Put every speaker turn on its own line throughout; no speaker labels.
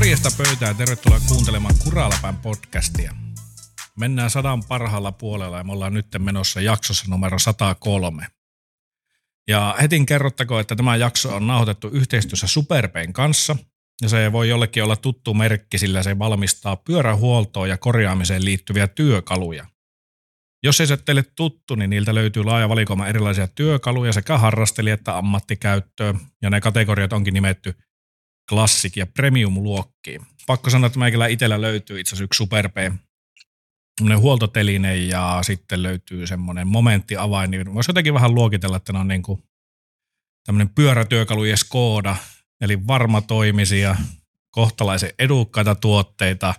Morjesta pöytään, tervetuloa kuuntelemaan Kuralapään podcastia. Mennään 100 parhaalla puolella ja me ollaan nyt menossa jaksossa numero 103. Ja heti kerrottakoon, että tämä jakso on nauhoitettu yhteistyössä SuperPayn kanssa. Ja se voi jollekin olla tuttu merkki, sillä se valmistaa pyörähuoltoon ja korjaamiseen liittyviä työkaluja. Jos ei se ole teille tuttu, niin niiltä löytyy laaja valikoima erilaisia työkaluja sekä harrasteli- että ammattikäyttöön. Ja ne kategoriat onkin nimetty Classic- ja Premium-luokkiin. Pakko sanoa, että meikällä itsellä löytyy itse asiassa yksi SuperPay huoltoteline ja sitten löytyy semmoinen momenttiavain. Niin voisi jotenkin vähän luokitella, että ne on niin kuin tämmöinen pyörätyökalujen Skoda, eli varmatoimisia, kohtalaisen edukkaita tuotteita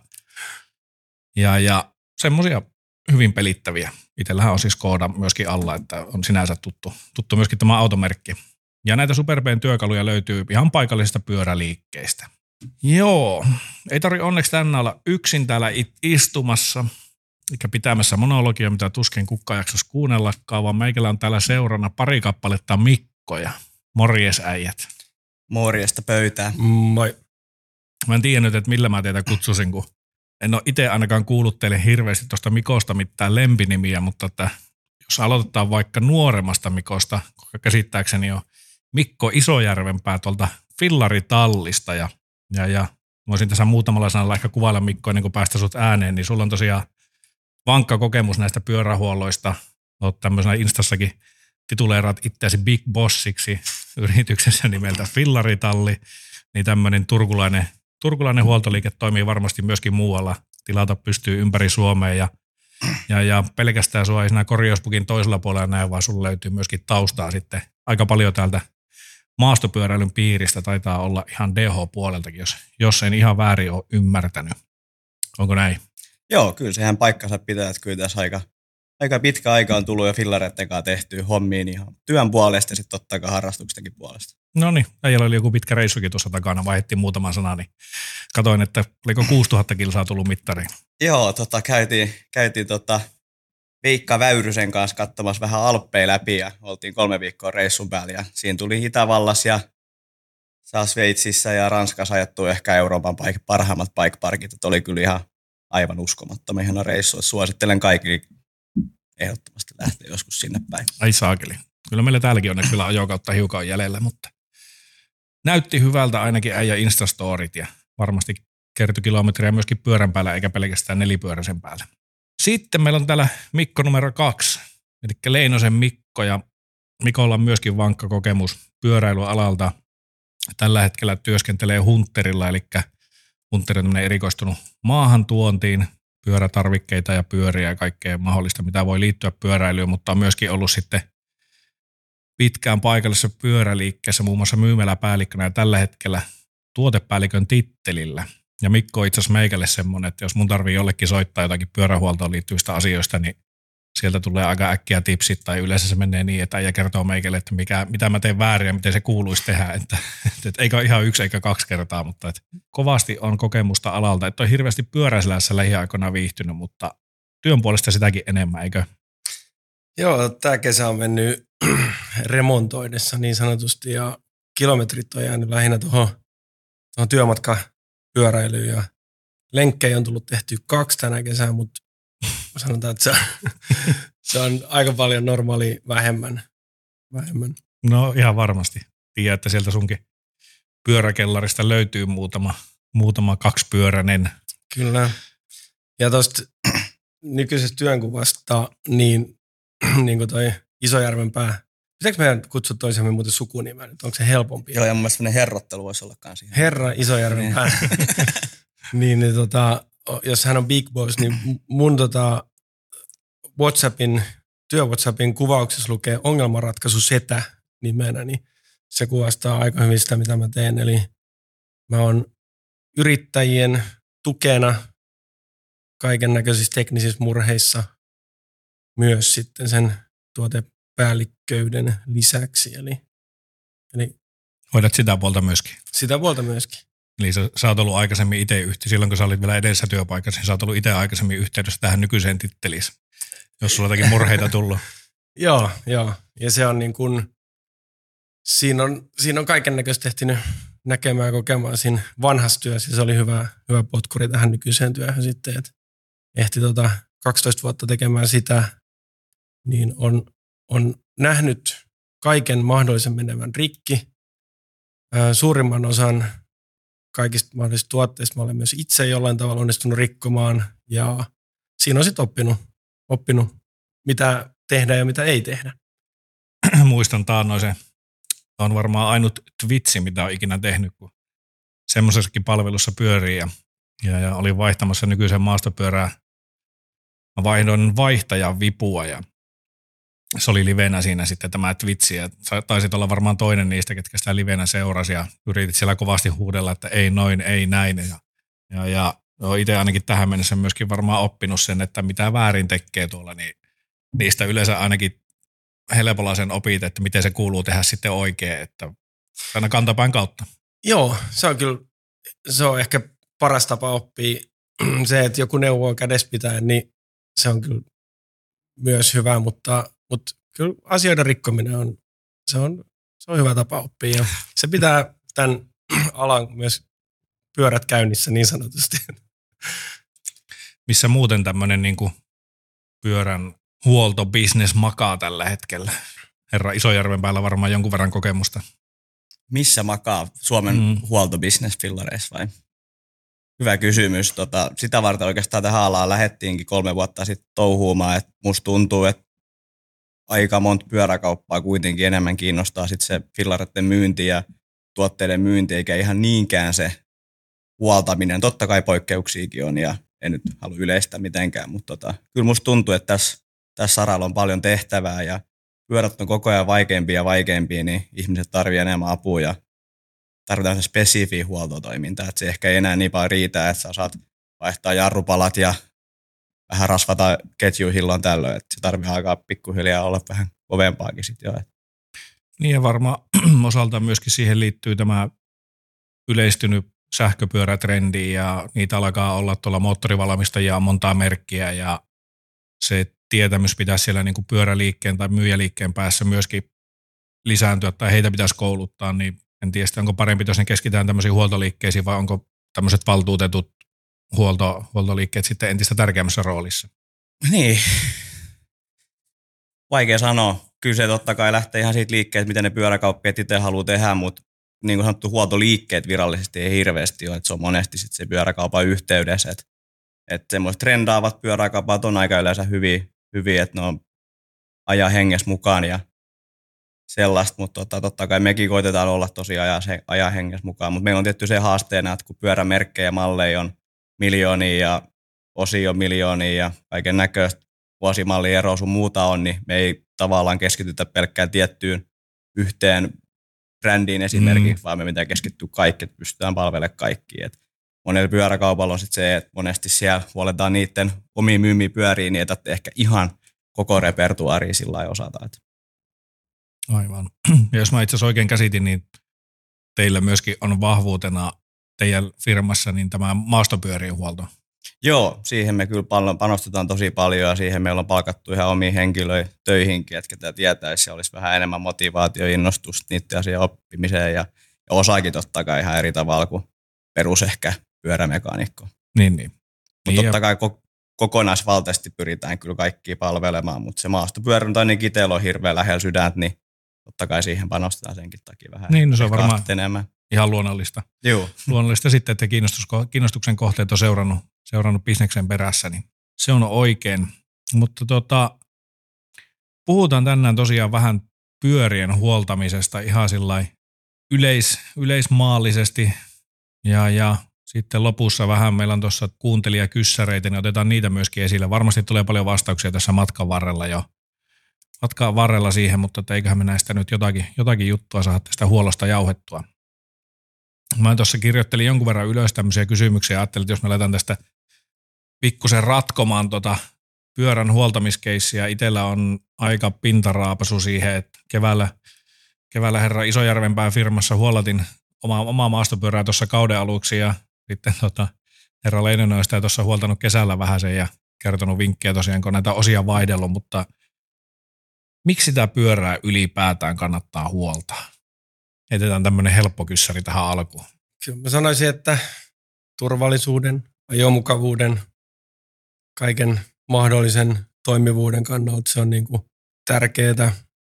ja semmoisia hyvin pelittäviä. Itsellähän on siis Skoda myöskin alla, että on sinänsä tuttu myöskin tämä automerkki. Ja näitä SuperPayn työkaluja löytyy ihan paikallisista pyöräliikkeistä. Joo, ei tarvitse onneksi tänään olla yksin täällä istumassa, eikä pitämässä monologia, mitä tuskin kukaan jaksaisi kuunnellakaan, vaan meikällä on täällä seurana pari kappaletta Mikkoja. Morjes äijät.
Morjesta pöytään.
Moi.
Mä en tiedä nyt, että millä mä teitä kutsusin, kun en ole itse ainakaan kuullut teille hirveästi tuosta Mikosta mitään lempinimiä, mutta että jos aloitetaan vaikka nuoremmasta Mikosta, koska käsittääkseni on Mikko Isojärvenpää tuolta Fillaritallista ja voisin tässä muutamalla sanalla ehkä kuvailla Mikkoa niin kun päästä sut ääneen, niin sulla on tosiaan vankka kokemus näistä pyörähuolloista. Olet tämmöisenä Instassakin tituleeraat itseäsi Big Bossiksi yrityksessä nimeltä Fillaritalli, niin tämmöinen turkulainen huoltoliike toimii varmasti myöskin muualla. Tilata pystyy ympäri Suomea ja pelkästään sua ei siinä korjauspukin toisella puolella näe, vaan sulla löytyy myöskin taustaa sitten aika paljon täältä maastopyöräilyn piiristä. Taitaa olla ihan DH-puoleltakin, jos en ihan väärin ole ymmärtänyt. Onko näin?
Joo, kyllä sehän paikkansa pitää, että kyllä tässä aika pitkä aika on tullut jo fillareiden kanssa tehtyä hommiin ihan työn puolesta ja sitten totta kai harrastuksenkin puolesta.
No niin, äijällä oli joku pitkä reissukin tuossa takana, vaihdettiin muutaman sanan, niin katoin, että oliko 6000 kilsaa tullut mittariin.
Joo, käytiin Veikka Väyrysen kanssa katsomassa vähän Alppeja läpi ja oltiin 3 viikkoa reissun päällä ja siinä tuli Itävallassa ja Sveitsissä ja Ranskassa ajettu ehkä Euroopan parhaimmat bike-parkit, että oli kyllä ihan aivan uskomattomia hieno reissu. Suosittelen kaikille ehdottomasti lähteä joskus sinne päin.
Ai saakeli. Kyllä meillä täälläkin onneksi kyllä ajokautta hiukan jäljellä, mutta näytti hyvältä ainakin äijä Instastorit ja varmasti kertoi kilometriä myöskin pyörän päällä eikä pelkästään nelipyöräisen päällä. Sitten meillä on täällä Mikko numero 2, eli Leinosen Mikko ja Mikolla on myöskin vankka kokemus pyöräilyalalta. Tällä hetkellä työskentelee Hunterilla, eli Hunter on tämmöinen erikoistunut maahantuontiin, pyörätarvikkeita ja pyöriä ja kaikkea mahdollista, mitä voi liittyä pyöräilyyn, mutta on myöskin ollut sitten pitkään paikallisessa pyöräliikkeessä muun muassa myymäläpäällikkönä ja tällä hetkellä tuotepäällikön tittelillä. Ja Mikko on itse asiassa meikälle semmoinen, että jos mun tarvii jollekin soittaa jotakin pyörähuoltoon liittyvistä asioista, niin sieltä tulee aika äkkiä tipsit tai yleensä se menee niin, että äijä kertoo meikälle, että mitä mä teen väärin ja miten se kuuluisi tehdä. Että eikä ole ihan 1 eikä 2 kertaa, mutta että kovasti on kokemusta alalta. Että on hirveästi pyöräiselässä lähiaikoina viihtynyt, mutta työn puolesta sitäkin enemmän, eikö?
Joo, tämä kesä on mennyt remontoidessa niin sanotusti ja kilometrit on jäänyt lähinnä tuohon työmatkapyöräilyyn ja lenkkejä on tullut tehty 2 tänä kesänä, mutta sanotaan, että se on aika paljon normaali vähemmän.
No ihan varmasti. Tiedän, että sieltä sunkin pyöräkellarista löytyy muutama 2-pyöräinen.
Kyllä. Ja tuosta nykyisestä työnkuvasta, niin kuin toi Isojärvenpää. Pitääkö meidän kutsua toisemme muuten sukunimeä? Onko se helpompi?
Joo, ja mun mielestä sellainen herrottelu voisi olla kanssa.
Herra Isojärvenpää. niin, jos hän on Big Boss, niin mun työ-WhatsAppin kuvauksessa lukee ongelmanratkaisu setä nimenä, niin se kuvastaa aika hyvin sitä, mitä mä teen. Eli mä oon yrittäjien tukena kaiken näköisissä teknisissä murheissa myös sitten sen tuotepäällikköyden lisäksi. Eli
Hoidat sitä puolta myöskin.
Sitä puolta myöskin.
Eli sä oot ollut aikaisemmin itse silloin kun sä olit vielä edellisessä työpaikassa, niin sä oot ollut itse aikaisemmin yhteydessä tähän nykyiseen titteliin, jos sulla jotakin murheita tullut.
Joo. Ja se on niin kuin, siinä on kaiken näköistä näkemään ja kokemaan siinä vanhassa työssä. Se oli hyvä potkuri tähän nykyiseen työhön sitten, että ehti 12 vuotta tekemään sitä, niin on nähnyt kaiken mahdollisen menevän rikki. Suurimman osan kaikista mahdollisista tuotteista mä olen myös itse jollain tavalla onnistunut rikkomaan, ja siinä on sitten oppinut, mitä tehdä ja mitä ei tehdä.
Muistan taannoisen, on varmaan ainut twitsi, mitä olen ikinä tehnyt, kun semmoisessakin palvelussa pyörii ja olin vaihtamassa nykyisen maastopyörää. Mä vaihdoin vaihtajan vipua ja se oli livenä siinä sitten tämä twitsi ja taisit olla varmaan toinen niistä, ketkä sitä livenä seurasi ja yritit siellä kovasti huudella, että ei noin, ei näin ja olen itse ainakin tähän mennessä myöskin varmaan oppinut sen, että mitä väärin tekee tuolla, niin niistä yleensä ainakin helpolla sen opit, että miten se kuuluu tehdä sitten oikein, että aina kantapään kautta.
Joo, se on ehkä paras tapa oppia se, että joku neuvoo kädessä pitäen, niin se on kyllä myös hyvä, mutta kyllä asioiden rikkominen on hyvä tapa oppia ja se pitää tämän alan myös pyörät käynnissä niin sanotusti.
Missä muuten tämmöinen niin kuin pyörän huoltobisnes makaa tällä hetkellä? Herra Isojärven päällä varmaan jonkun verran kokemusta.
Missä makaa Suomen huoltobisnes fillareissa vai? Hyvä kysymys. Sitä varten oikeastaan tähän alaan lähdettiinkin 3 vuotta sitten touhuumaan. Et musta tuntuu, että aika monta pyöräkauppaa kuitenkin enemmän kiinnostaa sit se fillareiden myynti ja tuotteiden myynti, eikä ihan niinkään se huoltaminen. Totta kai poikkeuksiakin on ja en nyt halua yleistä mitenkään, mutta kyllä musta tuntuu, että tässä saralla on paljon tehtävää ja pyörät on koko ajan vaikeampia, niin ihmiset tarvitsevat enemmän apua ja tarvitaan se spesifiä huoltotoimintaa, että se ehkä ei enää niin paljon riitä, että sä saat vaihtaa jarrupalat ja vähän rasvata ketjuun hilloin tällöin, että se tarvitsee alkaa pikkuhiljaa olla vähän kovempaakin sitten jo.
Niin ja varmaan osaltaan myöskin siihen liittyy tämä yleistynyt sähköpyörätrendi ja niitä alkaa olla tuolla moottorivalmistajia montaa merkkiä ja se tietämys pitäisi siellä niin kuin pyöräliikkeen tai myyjäliikkeen päässä myöskin lisääntyä tai heitä pitäisi kouluttaa, niin en tiedä, onko parempi, jos ne keskitään tämmöisiin huoltoliikkeisiin vai onko tämmöiset valtuutetut huoltoliikkeet sitten entistä tärkeämmässä roolissa?
Niin. Vaikea sanoa. Kyllä se totta kai lähtee ihan siitä liikkeet, miten ne pyöräkauppiaat itse haluaa tehdä, mutta niin kuin sanottu, huoltoliikkeet virallisesti ei hirveästi ole, että se on monesti sitten se pyöräkaupan yhteydessä, että semmoiset trendaavat pyöräkaupat on aika yleensä hyviä, että ne on ajan hengessä mukaan ja sellaista, mutta totta kai mekin koitetaan olla tosi ajan hengessä mukaan, mutta meillä on tietty se haasteena, että kun pyörämerkkejä ja malleja on miljoonia ja osia on miljoonia ja kaiken näköistä vuosimallieroa sun muuta on, niin me ei tavallaan keskitytä pelkkään tiettyyn yhteen brändiin esimerkiksi, vaan me pitää keskittyä kaikki, että pystytään palvelemaan kaikkia. Et monella pyöräkaupalla on sit se, että monesti siellä huoletaan niiden omiin myymiin pyöriin, niin että ehkä ihan koko repertuaaria sillä lailla osata.
Aivan. Ja jos mä itse asiassa oikein käsitin, niin teillä myöskin on vahvuutena teidän firmassa niin tämä maastopyörien huolto.
Joo, siihen me kyllä panostetaan tosi paljon ja siihen meillä on palkattu ihan omia henkilöitä töihinkin, että ketä tietäisi ja olisi vähän enemmän motivaatio ja innostusta niiden asian oppimiseen ja osaakin totta kai ihan eri tavalla kuin perus ehkä pyörämekaanikko.
Niin.
Mutta totta kai kokonaisvaltaisesti pyritään kyllä kaikkia palvelemaan, mutta se maastopyörän tai niin itsellä on hirveän lähellä sydäntä, niin totta kai siihen panostetaan senkin takia vähän.
Niin, no se on varmaan enemmän. Ihan luonnollista.
Joo.
Luonnollista sitten, että kiinnostuksen kohteet on seurannut bisneksen perässä, niin se on oikein. Mutta puhutaan tänään tosiaan vähän pyörien huoltamisesta ihan sillai yleismaallisesti ja sitten lopussa vähän meillä on tuossa kuuntelijakyssäreitä, niin otetaan niitä myöskin esille. Varmasti tulee paljon vastauksia tässä matkan varrella siihen, mutta eiköhän me näistä nyt jotakin juttua saada tästä huollosta jauhettua. Mä tuossa kirjoittelin jonkun verran ylös tämmöisiä kysymyksiä ja ajattelin, että jos me aletaan tästä pikkusen ratkomaan pyörän huoltamiskeissiä. Itsellä on aika pintaraapasu siihen, että keväällä herra Isojärvenpään firmassa huollatin omaa maastopyörää tuossa kauden aluksi ja sitten herra Leinonen on sitä tuossa huoltanut kesällä vähän sen ja kertonut vinkkejä tosiaan, kun näitä osia vaihdellut, mutta miksi sitä pyörää ylipäätään kannattaa huoltaa? heitetään tämmöinen helppo kyssäri tähän alkuun.
Kyllä mä sanoisin, että turvallisuuden, ajomukavuuden, kaiken mahdollisen toimivuuden kannalta se on niin kuin tärkeää.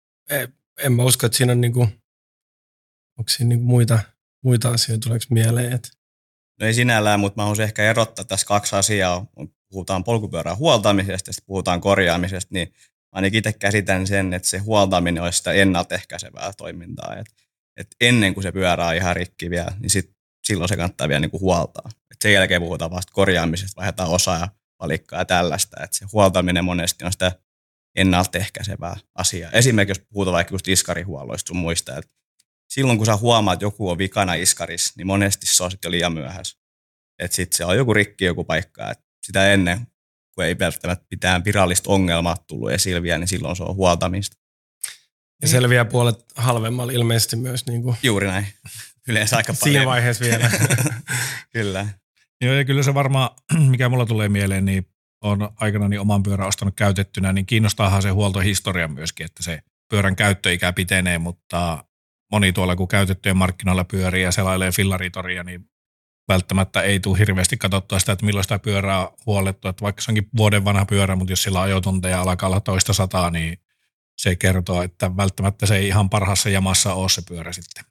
En mä usko, että siinä on niin kuin, onko siinä niin kuin muita asioita, tuleeko mieleen? Että
No ei sinällään, mutta mä haluaisin ehkä erottaa tässä 2 asiaa. Puhutaan polkupyörän huoltamisesta ja sitten puhutaan korjaamisesta, niin ainakin itse käsitän sen, että se huoltaminen olisi sitä ennaltaehkäisevää toimintaa. Et ennen kuin se pyörä on ihan rikki vielä, niin silloin se kannattaa vielä niin kuin huoltaa. Et sen jälkeen puhutaan vasta korjaamisesta, vaihdetaan osaa ja palikkaa ja tällaista. Et se huoltaminen monesti on sitä ennaltaehkäisevää asiaa. Esimerkiksi jos puhutaan vaikka just iskarihuolloista sun muista, että silloin kun sä huomaat, että joku on vikana iskarissa, niin monesti se on sitten jo liian myöhässä. Että sitten se on joku rikki joku paikka. Et sitä ennen, kun ei välttämättä mitään virallista ongelmaa tullut esille vielä, niin silloin se on huoltamista.
Ja selviää puolet halvemmalla ilmeisesti myös. Niin kuin
juuri näin. Yleensä aika paljon.
Siinä vaiheessa vielä.
Kyllä.
Joo, ja kyllä se varmaan, mikä mulla tulee mieleen, niin on aikanaan niin oman pyörän ostanut käytettynä, niin kiinnostaahan se huoltohistoria myöskin, että se pyörän käyttöikä pitenee, mutta moni tuolla, kun käytettyjen markkinoilla pyörii ja selailee fillaritoria, niin välttämättä ei tule hirveästi katsottua sitä, että milloin sitä pyörää on huollettu. Että vaikka se onkin vuoden vanha pyörä, mutta jos sillä ajotunteja alkaa olla 200, niin se kertoo, että välttämättä se ei ihan parhaassa jamassa ole se pyörä sitten.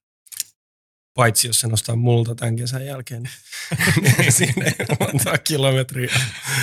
Paitsi jos se nostaa multa tämän kesän jälkeen, niin ei siinä montaa kilometriä.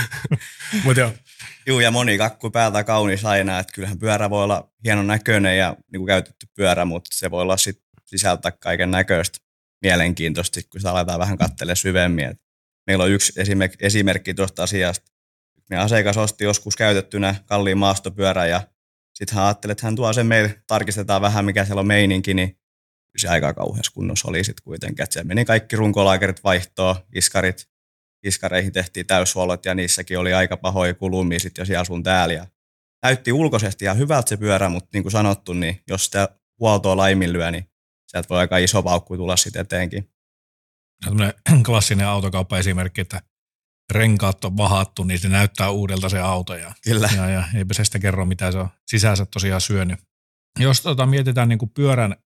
Mut joo.
Juu, ja moni kakku päältä kaunis aina, että kyllähän pyörä voi olla hienon näköinen ja niin kuin käytetty pyörä, mutta se voi olla sit sisältää kaiken näköistä mielenkiintoista, kun sitä aletaan vähän katselemaan syvemmin. Et meillä on yksi esimerkki tuosta asiasta. Meidän asiakas osti joskus käytettynä kalliin maastopyörän ja sitten hän ajatteli, että hän tuo sen meille, tarkistetaan vähän mikä siellä on meininki, niin se aika kauheassa kunnossa oli sitten kuitenkin. Että se meni kaikki runkolaakerit vaihtoon, iskareihin tehtiin täyshuollot ja niissäkin oli aika pahoja kulumia sitten jos asun täällä. Ja näytti ulkoisesti ihan hyvältä se pyörä, mutta niin kuin sanottu, niin jos sitä huoltoa laiminlyö, niin sieltä voi aika iso paukku tulla sitten eteenkin.
Tällainen klassinen autokauppa-esimerkki, että renkaat on vahattu, niin se näyttää uudelta se auto.
Kyllä.
Ja eipä se sitä kerro, mitä se on sisänsä tosiaan syönyt. Jos mietitään niin kuin pyörän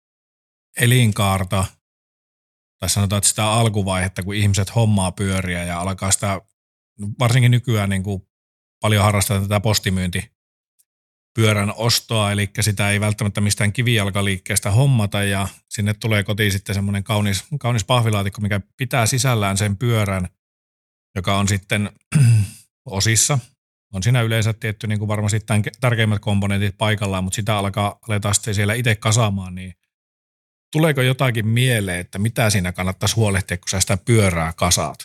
elinkaarta, tai sanotaan, että sitä alkuvaihetta, kun ihmiset hommaa pyöriä ja alkaa sitä, varsinkin nykyään niin kuin paljon harrastetaan tätä postimyyntipyörän ostoa, eli sitä ei välttämättä mistään kivijalkaliikkeestä hommata, ja sinne tulee kotiin sitten semmoinen kaunis pahvilaatikko, mikä pitää sisällään sen pyörän, joka on sitten osissa. On siinä yleensä tietty niin kuin varmasti tärkeimmät komponentit paikallaan, mutta sitä aletaan sitten siellä itse kasaamaan, niin tuleeko jotakin mieleen, että mitä siinä kannattaisi huolehtia, kun sä sitä pyörää kasaat?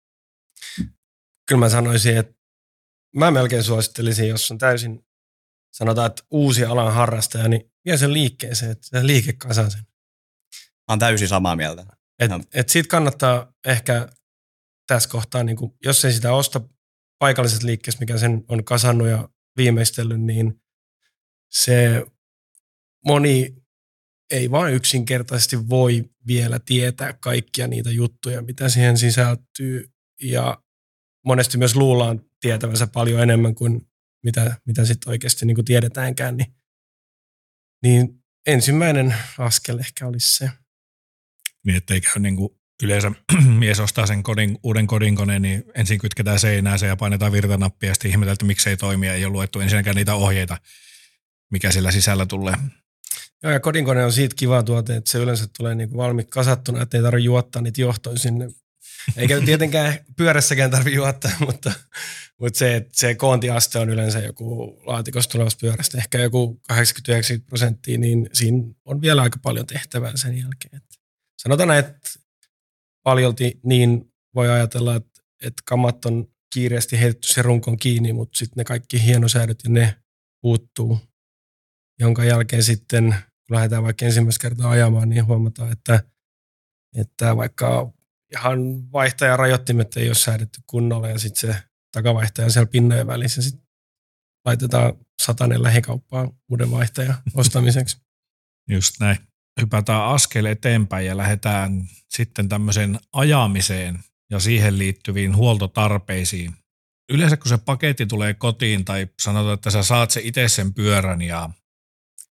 Kyllä mä sanoisin, että mä melkein suosittelisin, jos on täysin, sanotaan, että uusi alan harrastaja, niin vie sen liikkeeseen, että se liike kasaa sen.
Mä oon täysin samaa mieltä.
Et siitä kannattaa ehkä tässä kohtaa, niin kun, jos ei sitä osta paikalliset liikkeessä, mikä sen on kasannut ja viimeistellyt, niin se moni ei vaan yksinkertaisesti voi vielä tietää kaikkia niitä juttuja, mitä siihen sisältyy. Ja monesti myös luullaan tietävänsä paljon enemmän kuin mitä sitten oikeasti niin kuin tiedetäänkään. Niin ensimmäinen askel ehkä olisi se.
Niin, ettei käy niin kuin yleensä mies ostaa sen uuden kodinkoneen, niin ensin kytketään seinäänsä ja painetaan virtanappia ja sitten ihmetellään, että miksei toimi ja ei ole luettu ensinnäkään niitä ohjeita, mikä sillä sisällä tulee.
Joo, ja kodinkone on siitä kiva tuote, että se yleensä tulee niin kuin valmiit kasattuna, että ei tarvitse juottaa niitä johtoja sinne. Eikä tietenkään pyörässäkään tarvitse juottaa, mutta se koontiaste on yleensä joku laatikosta tulevasta pyörästä, ehkä joku 80-90%, niin siinä on vielä aika paljon tehtävää sen jälkeen. Sanotaan, että paljolti niin voi ajatella, että kamat on kiireesti heitetty sen runkon kiinni, mutta sitten ne kaikki hienosäädöt ja ne puuttuu, jonka jälkeen sitten, kun lähdetään vaikka ensimmäistä kertaa ajamaan, niin huomataan, että vaikka ihan vaihtajarajoittimet ei ole säädetty kunnolla ja sitten se takavaihtaja on siellä pinnojen välissä ja sitten laitetaan 100 lähikauppaa uuden vaihtajan ostamiseksi.
Just näin. Hypätään askel eteenpäin ja lähdetään sitten tämmöiseen ajamiseen ja siihen liittyviin huoltotarpeisiin. Yleensä kun se paketti tulee kotiin tai sanotaan, että sä saat se itse sen pyörän ja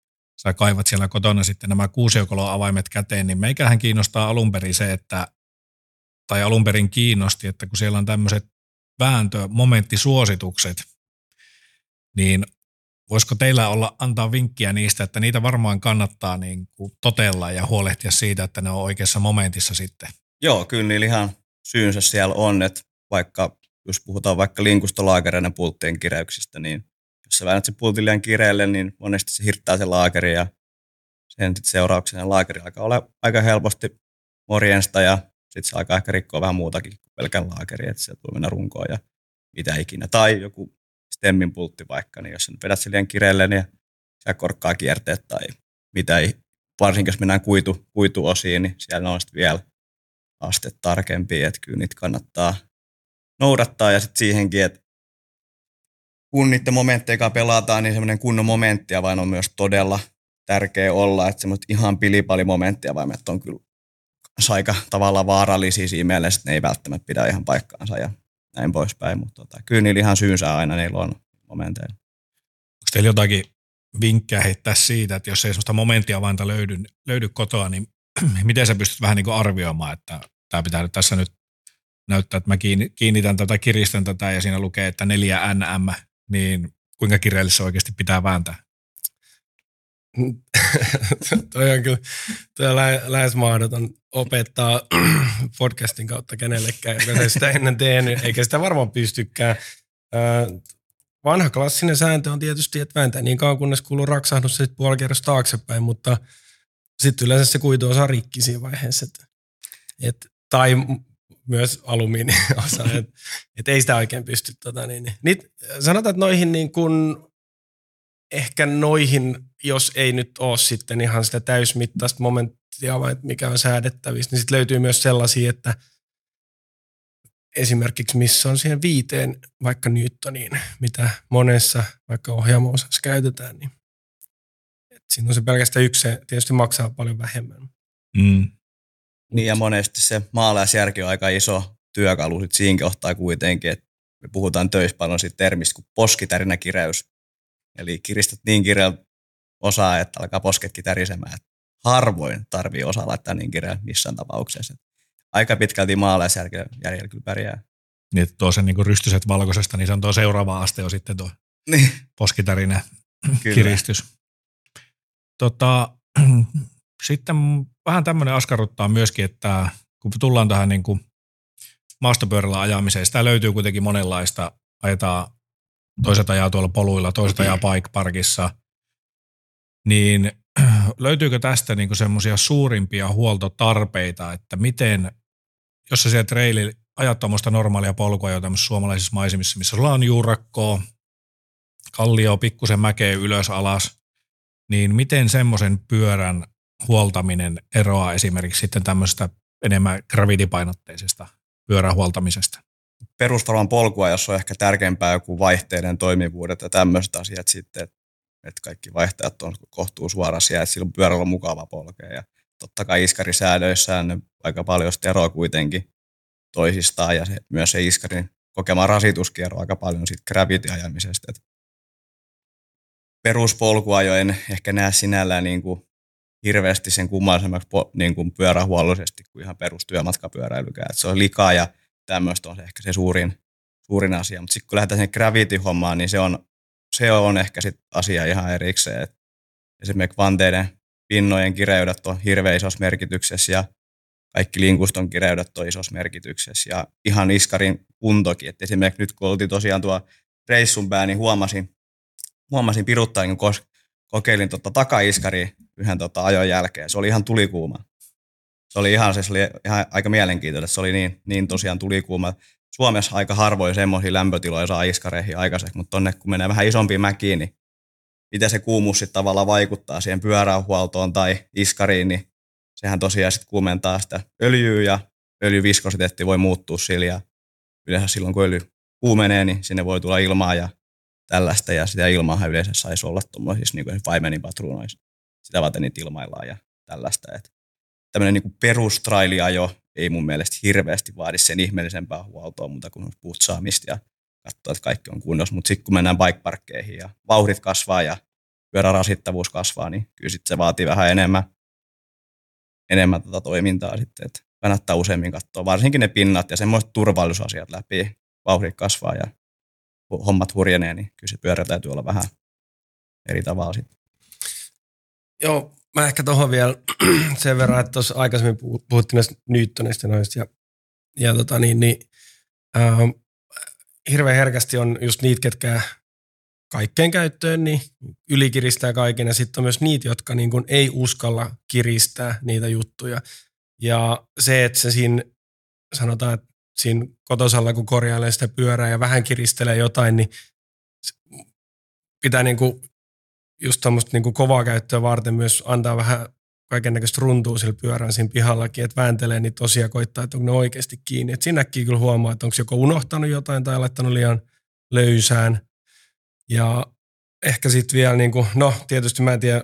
sä kaivat siellä kotona sitten nämä kuusiokolon-avaimet käteen, niin meikähän kiinnostaa alun perin se, että, tai alun perin kiinnosti, että kun siellä on tämmöiset vääntömomenttisuositukset, niin voisiko teillä antaa vinkkiä niistä, että niitä varmaan kannattaa niin kuin totella ja huolehtia siitä, että ne on oikeassa momentissa sitten?
Joo, kyllä niillä ihan syynsä siellä on, että vaikka, jos puhutaan vaikka linkustolaakereiden pulttien kireyksistä, niin jos sä väännät sen pultin liian kireelle, niin monesti se hirttää sen laakerin ja sen seurauksena laakeri alkaa olla aika helposti morjensta ja sitten se alkaa ehkä rikkoa vähän muutakin kuin pelkän laakerin, että se tulee mennä runkoon ja mitä ikinä. Tai joku stemmin pultti vaikka, niin jos sä vedät sen liian kireelle, niin siellä korkkaa kierteet tai mitä ei. Varsinkin jos mennään kuituosiin, niin siellä on sitten vielä aste tarkempia, että kyllä niitä kannattaa noudattaa ja sitten siihenkin, että kun niiden momentteja pelataan, niin semmoinen kunnon momenttia vain on myös todella tärkeä olla, että semmoiset ihan pilipalimomenttia vaimet on kyllä aika tavallaan vaarallisia siinä mielessä, että ne ei välttämättä pidä ihan paikkaansa ja näin poispäin, mutta kyllä niillä ihan syynsä aina niillä on momenteilla.
Onko teillä jotakin vinkkejä heittää siitä, että jos ei sellaista momenttia vain löydy kotoa, niin miten sä pystyt vähän niin kuin arvioimaan, että tämä pitää nyt tässä nyt näyttää, että mä kiinnitän tätä, kiristän tätä ja siinä lukee, että 4 NM, niin kuinka kireelle se oikeasti pitää vääntää?
Toi on kyllä lähes mahdoton opettaa podcastin kautta kenellekään, joka ei sitä ennen tehnyt, eikä sitä varmaan pystykään. Vanha klassinen sääntö on tietysti, että vääntää niin kauan, kunnes kuuluu raksahdus sitten puoli kerrosta taaksepäin, mutta sitten yleensä se kuitu osa rikki siinä vaiheessa. Tai myös alumiiniosa, että ei sitä oikein pysty. Sanotaan, että noihin niin kun, ehkä noihin, jos ei nyt ole sitten ihan sitä täysmittaista momenttia, mikä on säädettävissä, niin sitten löytyy myös sellaisia, että esimerkiksi missä on siihen 5 vaikka newtoniin, mitä monessa vaikka ohjaamo-osassa käytetään, niin siinä on se pelkästään yksi, se tietysti maksaa paljon vähemmän.
Mm. Niin ja monesti se maalaisjärki on aika iso työkalu sit siinä kohtaa kuitenkin, että me puhutaan töissä paljon siitä termistä kuin poskitärinäkireys. Eli kiristät niin kireellä osaa, että alkaa posketkin tärisemään. Et harvoin tarvii osaa laittaa niin kireellä missään tapauksessa. Aika pitkälti maalaisjärjellä kyllä pärjää.
Niin, että tuo sen niin rystyset valkoisesta, niin se on tuo seuraava aste on sitten tuo poskitärinä kiristys. Sitten vähän tämmöinen askarruttaa myöskin, että kun tullaan tähän niin kuin maastopyörällä ajamiseen, sitä löytyy kuitenkin monenlaista. Ajetaan, toiset ajaa tuolla poluilla, toiset ajaa bike parkissa. Niin löytyykö tästä niin kuin semmoisia suurimpia huoltotarpeita, että miten, jos sä siellä traililla ajat tuommoista normaalia polkua jo tämmöisissä suomalaisissa maisemissa, missä sulla on juurakkoa, kallio, pikkusen mäkeä ylös alas, niin miten semmoisen pyörän huoltaminen eroaa esimerkiksi sitten tämmöisestä enemmän gravity-painotteisesta pyörän huoltamisesta?
Perusvarmaan polkua, jos on ehkä tärkeämpää joku vaihteiden toimivuudet ja tämmöiset asiat sitten, että kaikki vaihtajat on kohtuu suoraisia, että silloin pyörällä on mukava polkea. Ja totta kai iskarisäädöissään ne aika paljon eroa kuitenkin toisistaan ja myös se iskarin kokema rasituskin eroaa aika paljon siitä gravity-ajamisesta. Peruspolkua jo en ehkä näe sinällään niin kuin hirveästi sen kummallisemmaksi niin kuin pyörähuollollisesti kuin ihan perustyömatkapyöräilykään. Se on likaa ja tämmöistä on ehkä se suurin asia. Mutta sitten kun lähdetään sen gravity-hommaan, niin se on ehkä sit asia ihan erikseen. Et esimerkiksi vanteiden pinnojen kireydet on hirveän isossa merkityksessä ja kaikki linkuston kireydet on isossa merkityksessä ja ihan iskarin kuntokin. Et esimerkiksi nyt kun oltiin tosiaan tuo reissun pää, niin huomasin piruttain, kun kokeilin takaiskaria yhden ajon jälkeen. Se oli ihan tulikuuma. Se oli ihan aika mielenkiintoista. Se oli niin tosiaan tulikuuma. Suomessa aika harvoin semmoisia lämpötiloja saa iskareihin aikaiseksi, mutta tonne kun menee vähän isompiin mäkiin, niin miten se kuumuus sitten tavallaan vaikuttaa siihen pyörähuoltoon tai iskariin, niin sehän tosiaan sitten kuumentaa sitä öljyä ja öljyviskositeetti voi muuttua sillä ja yleensä silloin kun öljy kuumenee, niin sinne voi tulla ilmaa ja tällaista ja sitä ilmaa yleensä saisi olla tuommoisissa niin Vaimenin patruunoissa. Sitä varten niitä ilmaillaan ja tällaista. Tämmöinen niin perustrailiajo ei mun mielestä hirveästi vaadi sen ihmeellisempää huoltoa, mutta kun on putsaamista ja katsoo, että kaikki on kunnossa. Mutta sitten kun mennään bikeparkkeihin ja vauhdit kasvaa ja pyörän rasittavuus kasvaa, niin kyllä sitten se vaatii vähän enemmän toimintaa sitten, että kannattaa useammin katsoa, varsinkin ne pinnat ja semmoiset turvallisuusasiat läpi, vauhdit kasvaa ja hommat hurjenee, niin kyllä se pyörä täytyy olla vähän eri tavalla sitten.
Joo, mä ehkä tuohon vielä sen verran, että tuossa aikaisemmin puhuttiin näistä Newtonista noista hirveän herkästi on just niitä, ketkä kaikkeen käyttöön, niin ylikiristää kaiken ja sitten on myös niitä, jotka niin kuin ei uskalla kiristää niitä juttuja. Ja se, että se siinä sanotaan, että siinä kotosalla kun korjailee sitä pyörää ja vähän kiristelee jotain, niin pitää niinku just tuommoista niinku kovaa käyttöä varten myös antaa vähän kaikennäköistä runtua sillä pyörän siinä pihallakin, että vääntelee niitä osia, koittaa, että onko ne oikeasti kiinni. Et siinä näkyy kyllä huomaa, että onko joko unohtanut jotain tai laittanut liian löysään. Ja ehkä sitten vielä, niinku, no tietysti mä en tiedä,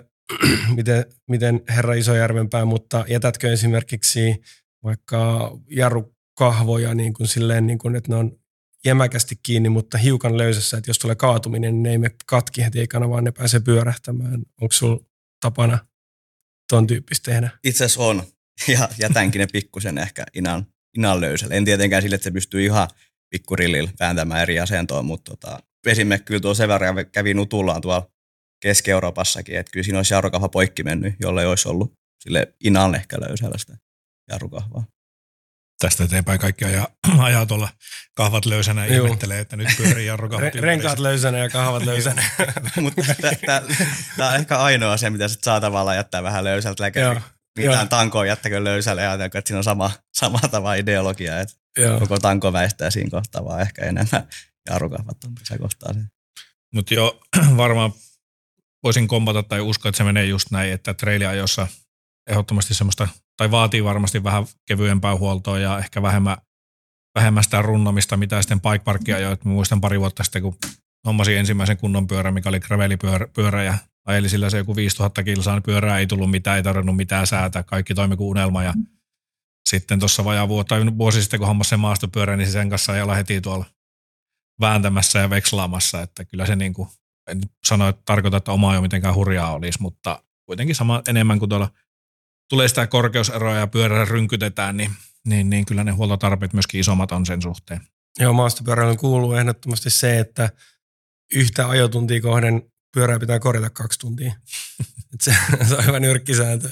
miten herra Isojärvenpää, mutta jätätkö esimerkiksi vaikka jarrukahvoja niin kuin silleen, niin kuin, että ne on jämäkästi kiinni, mutta hiukan löysässä, että jos tulee kaatuminen, niin ne ei mene katki heti ekana, vaan ne pääsee pyörähtämään. Onko sulla tapana ton tyyppistä tehdä?
Itse asiassa on, ja jätänkin ne pikkusen ehkä inan löysällä. En tietenkään sille, että se pystyy ihan pikkurillillä vääntämään eri asentoon, mutta esimerkiksi kyllä tuo sen verran kävi nutullaan tuolla Keski-Euroopassakin, että kyllä siinä olisi jarrukahva poikki mennyt, jollei olisi ollut sille inan ehkä löysällä sitä jarrukahvaa.
Tästä eteenpäin kaikki ajaa tuolla kahvat löysänä ja ihmettelee, että nyt pyörii jarrukahvat
renkaat löysänä ja kahvat löysänä.
Mutta tämä on ehkä ainoa asia, mitä sit saa tavallaan jättää vähän löysältä läkäri. Mitään tankoa jättäkö löysälle ja ajatellaan, että siinä on sama tava ideologia, että koko tanko väistää siinä kohtaa, vaan ehkä enemmän jarrukahvat on tässä kohtaa.
Mutta joo, varmaan voisin kompata tai uskoa, että se menee just näin, että trailiajossa ehdottomasti semmoista, tai vaatii varmasti vähän kevyempää huoltoa ja ehkä vähemmän sitä runnomista, mitä sitten bike parkia ajoit. Mä muistan pari vuotta sitten, kun hommasin ensimmäisen kunnon pyörän, mikä oli gravelipyörä ja ajeli sillä se joku 5000 kilsaa, niin pyörää ei tullut mitään, ei tarvinnut mitään säätää, kaikki toimi kuin unelma ja sitten tuossa vajaa vuosi sitten, kun hommasin sen maastopyörän, niin sen kanssa ei olla heti tuolla vääntämässä ja vekslaamassa, että kyllä se niin kuin, en sano, että tarkoita, että oma jo mitenkään hurjaa olisi, mutta kuitenkin sama enemmän kuin tuolla tulee sitä korkeuseroa ja pyörää rynkytetään, niin kyllä ne huoltotarpeet myöskin isommat on sen suhteen.
Joo, maastopyöräilyyn kuuluu ehdottomasti se, että yhtä ajotuntia kohden pyörää pitää korjata 2 tuntia. se on hyvä nyrkkisääntö.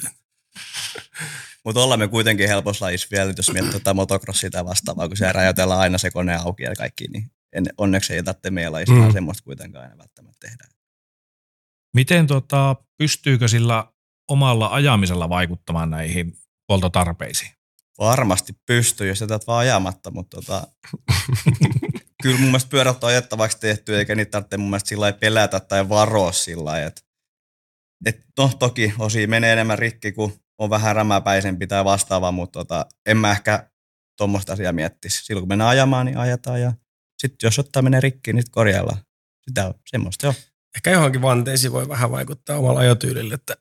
Mutta ollaan me kuitenkin helpossa lajissa vielä, jos miettii motocrossia tai vastaavaa, kun siellä räjäytellään aina se kone auki ja kaikki, niin onneksi ei tarvitse meidän lajissa semmoista kuitenkaan aina välttämättä tehdä.
Miten pystyykö sillä omalla ajamisella vaikuttamaan näihin huoltotarpeisiin?
Varmasti pystyy, jos jätät vaan ajamatta, mutta kyllä mun mielestä pyörät on ajettavaksi tehty, eikä niitä tarvitse mun mielestä sillä lailla pelätä tai varoa sillä lailla. No toki osia menee enemmän rikki, kun on vähän rämäpäisempi tai vastaava, mutta en mä ehkä tuommoista asiaa miettisi. Silloin kun mennään ajamaan, niin ajetaan ja sitten jos ottaa menee rikki, niin korjaillaan. Sitä on semmoista jo.
Ehkä johonkin vanteisiin voi vähän vaikuttaa omalla ajotyylillä, että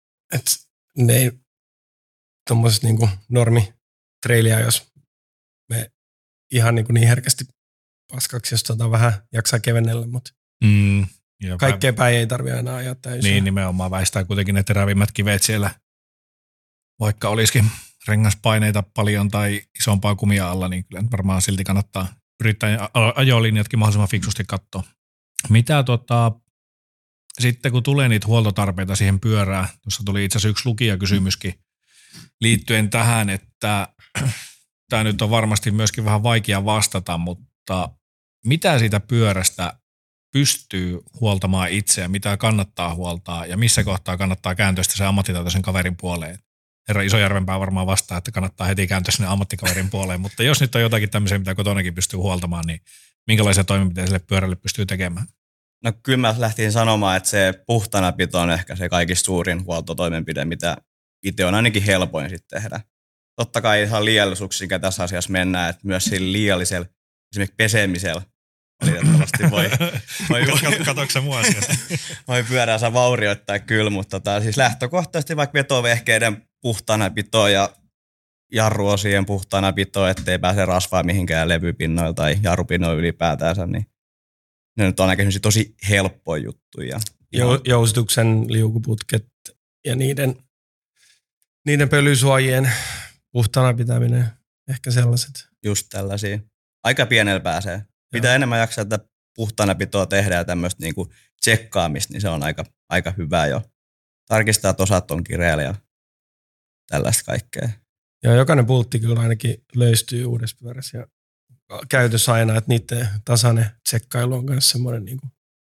ne ei tuommoisessa niin normitreilia, jos me ihan niin herkästi paskaksi, jos vähän jaksaa kevennellä, mutta kaikkea päin ei tarvitse aina ajaa täysin.
Niin, nimenomaan väistää kuitenkin ne terävimmät kivet siellä, vaikka olisikin rengaspaineita paljon tai isompaa kumia alla, niin kyllä varmaan silti kannattaa yrittää ajolinjatkin mahdollisimman fiksusti katsoa. Mitä sitten kun tulee niitä huoltotarpeita siihen pyörään, tuossa tuli itse asiassa yksi lukijakysymyskin liittyen tähän, että tämä nyt on varmasti myöskin vähän vaikea vastata, mutta mitä siitä pyörästä pystyy huoltamaan itseä, mitä kannattaa huoltaa ja missä kohtaa kannattaa kääntyä sen ammattitaitoisen kaverin puoleen. Herra Isojärvenpää varmaan vastaa, että kannattaa heti kääntyä sinne ammattikaverin puoleen, mutta jos nyt on jotakin tämmöisiä, mitä kotonakin pystyy huoltamaan, niin minkälaisia toimenpiteitä sille pyörälle pystyy tekemään? No
kyllä mä lähtin sanomaan, että se puhtaanapito on ehkä se kaikista suurin huoltotoimenpide, mitä itse on ainakin helpoin sitten tehdä. Totta kai ei saa liiallisuuksia, mikä tässä asiassa mennään, että myös sillä liiallisella, esimerkiksi pesemisellä, valitettavasti
Katsoitko sä mua asiasta?
Voi pyöräänsä vaurioittaa kyllä, mutta siis lähtökohtaisesti vaikka vetovehkeiden puhtaanapito ja jarruosien puhtaanapito, ettei pääse rasvaa mihinkään levypinnoilla tai jarrupinnoilla ylipäätänsä, niin ne nyt on aika tosi helppoja juttuja.
Jousituksen liukuputket ja niiden pölysuojien puhtaana pitäminen, ehkä sellaiset.
Just tällaisia. Aika pienellä pääsee. Mitä enemmän jaksaa, että puhtaana pitoa tehdään ja tämmöistä niinku tsekkaamista, niin se on aika hyvää jo. Tarkistaa, että osat on kireellä ja tällaista kaikkea.
Ja jokainen pultti kyllä ainakin löystyy uudessa pyörässä ja käytössä aina, että niiden tasainen tsekkailu on myös semmoinen niinku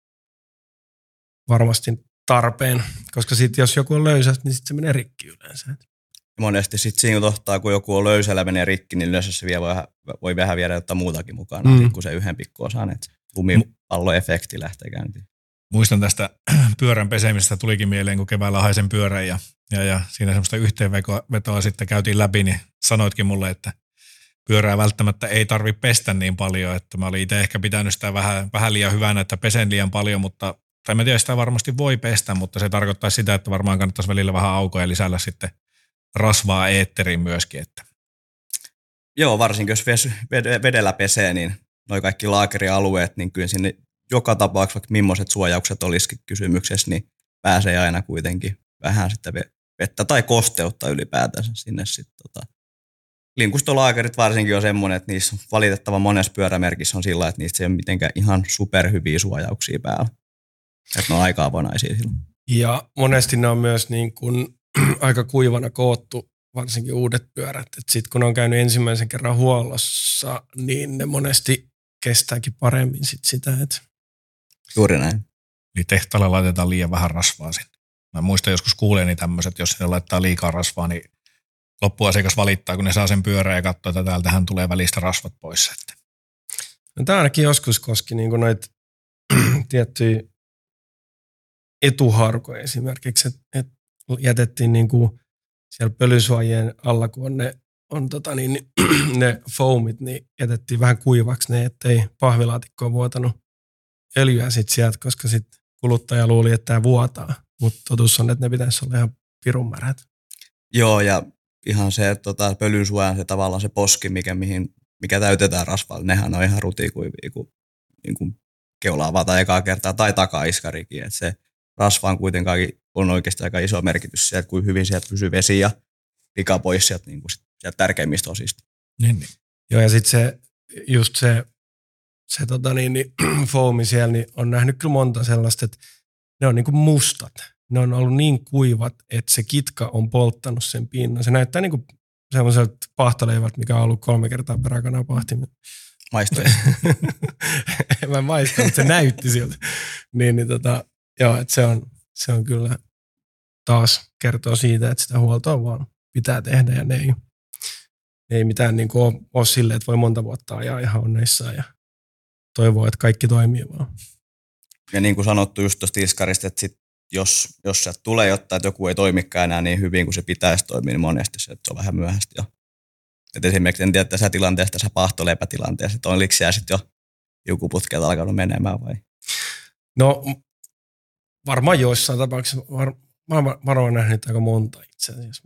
varmasti tarpeen, koska sitten jos joku on löysä, niin sitten se menee rikki yleensä.
Monesti sitten siinä kohtaa, kun joku on löysällä menee rikki, niin yleensä se voi vähän viedä jotain muutakin mukana, kuin se yhden pikkuosan, että lumipalloefekti lähtee käyntiin.
Muistan tästä pyörän pesemisestä tulikin mieleen, kun keväällä haisen pyörän ja siinä semmoista yhteenvetoa sitten käytiin läpi, niin sanoitkin mulle, että pyörää välttämättä ei tarvitse pestä niin paljon, että mä olin itse ehkä pitänyt sitä vähän liian hyvänä, että pesen liian paljon, tai mä tiedän, sitä varmasti voi pestä, mutta se tarkoittaa sitä, että varmaan kannattaisi välillä vähän aukoa ja lisällä sitten rasvaa eetteriin myöskin. Että.
Joo, varsinkin jos vedellä pesee, niin noi kaikki laakerialueet, niin kyllä sinne joka tapauksessa, vaikka millaiset suojaukset olisikin kysymyksessä, niin pääsee aina kuitenkin vähän sitten vettä tai kosteutta ylipäätänsä sinne sitten. Linkustolaakerit varsinkin on semmoinen, että niissä on valitettavan monessa pyörämerkissä on sillä, että niistä ei ole mitenkään ihan superhyviä suojauksia päällä. Että ne on aika avonaisia silloin.
Ja monesti ne on myös niin kuin aika kuivana koottu, varsinkin uudet pyörät. Sitten kun ne on käynyt ensimmäisen kerran huollossa, niin ne monesti kestääkin paremmin sitä. Että.
Juuri näin.
Eli tehtaalla laitetaan liian vähän rasvaa sinne. Mä muistan joskus kuuleeni tämmöiset, jos ne laittaa liikaa rasvaa, niin loppuasiakas valittaa, kun ne saa sen pyörän ja katsoo, että täältähän tulee välistä rasvat pois.
No, tämä ainakin joskus koski niin kuin noita tiettyjä etuharkoja esimerkiksi, että jätettiin niin kuin siellä pölysuojien alla, kun on ne foamit, niin jätettiin vähän kuivaksi ne, ettei pahvilaatikkoon vuotanut öljyä sit sieltä, koska sitten kuluttaja luuli, että tämä vuotaa. Mutta totuus on, että ne pitäisi olla ihan pirun märät.
Joo, ja ihan se, että pölysuojan se tavallaan se poski, mikä täytetään rasvalla, nehän on ihan rutikuivia, kun niin keulaa avataan ekaa kertaa tai takaiskarikin. Että se rasva on kuitenkaan on oikeasti aika iso merkitys sieltä, kuin hyvin sieltä pysyy vesi ja pika pois sieltä, niin sieltä tärkeimmistä osista.
Niin.
Joo, ja sitten se foami siellä, niin on nähnyt kyllä monta sellaista, että ne on niin kuin mustat. Ne on ollut niin kuivat, että se kitka on polttanut sen pinnan. Se näyttää niin kuin semmoiselta pahtaleivältä, mikä on ollut 3 kertaa peräkanaa pahtimen.
Maistoja.
Mä en maista, mutta se näytti siltä. Joo, että se on kyllä taas kertoo siitä, että sitä huoltoa vaan pitää tehdä ja ne ei mitään niin kuin ole silleen, että voi monta vuotta ajaa ihan onneissaan ja toivoo, että kaikki toimii vaan.
Ja niin kuin sanottu just tuosta iskarista, että sit jos sieltä tulee jotain, että joku ei toimikaan enää niin hyvin kuin se pitäisi toimia, niin monesti se on vähän myöhäistä jo. Et esimerkiksi en tiedä tässä tilanteessa, tässä pahtoleipätilanteessa, että oliko siellä sitten jo joku putket alkanut menemään vai?
No varmaan joissain tapauksissa, varmaan nähnyt aika monta itse asiassa,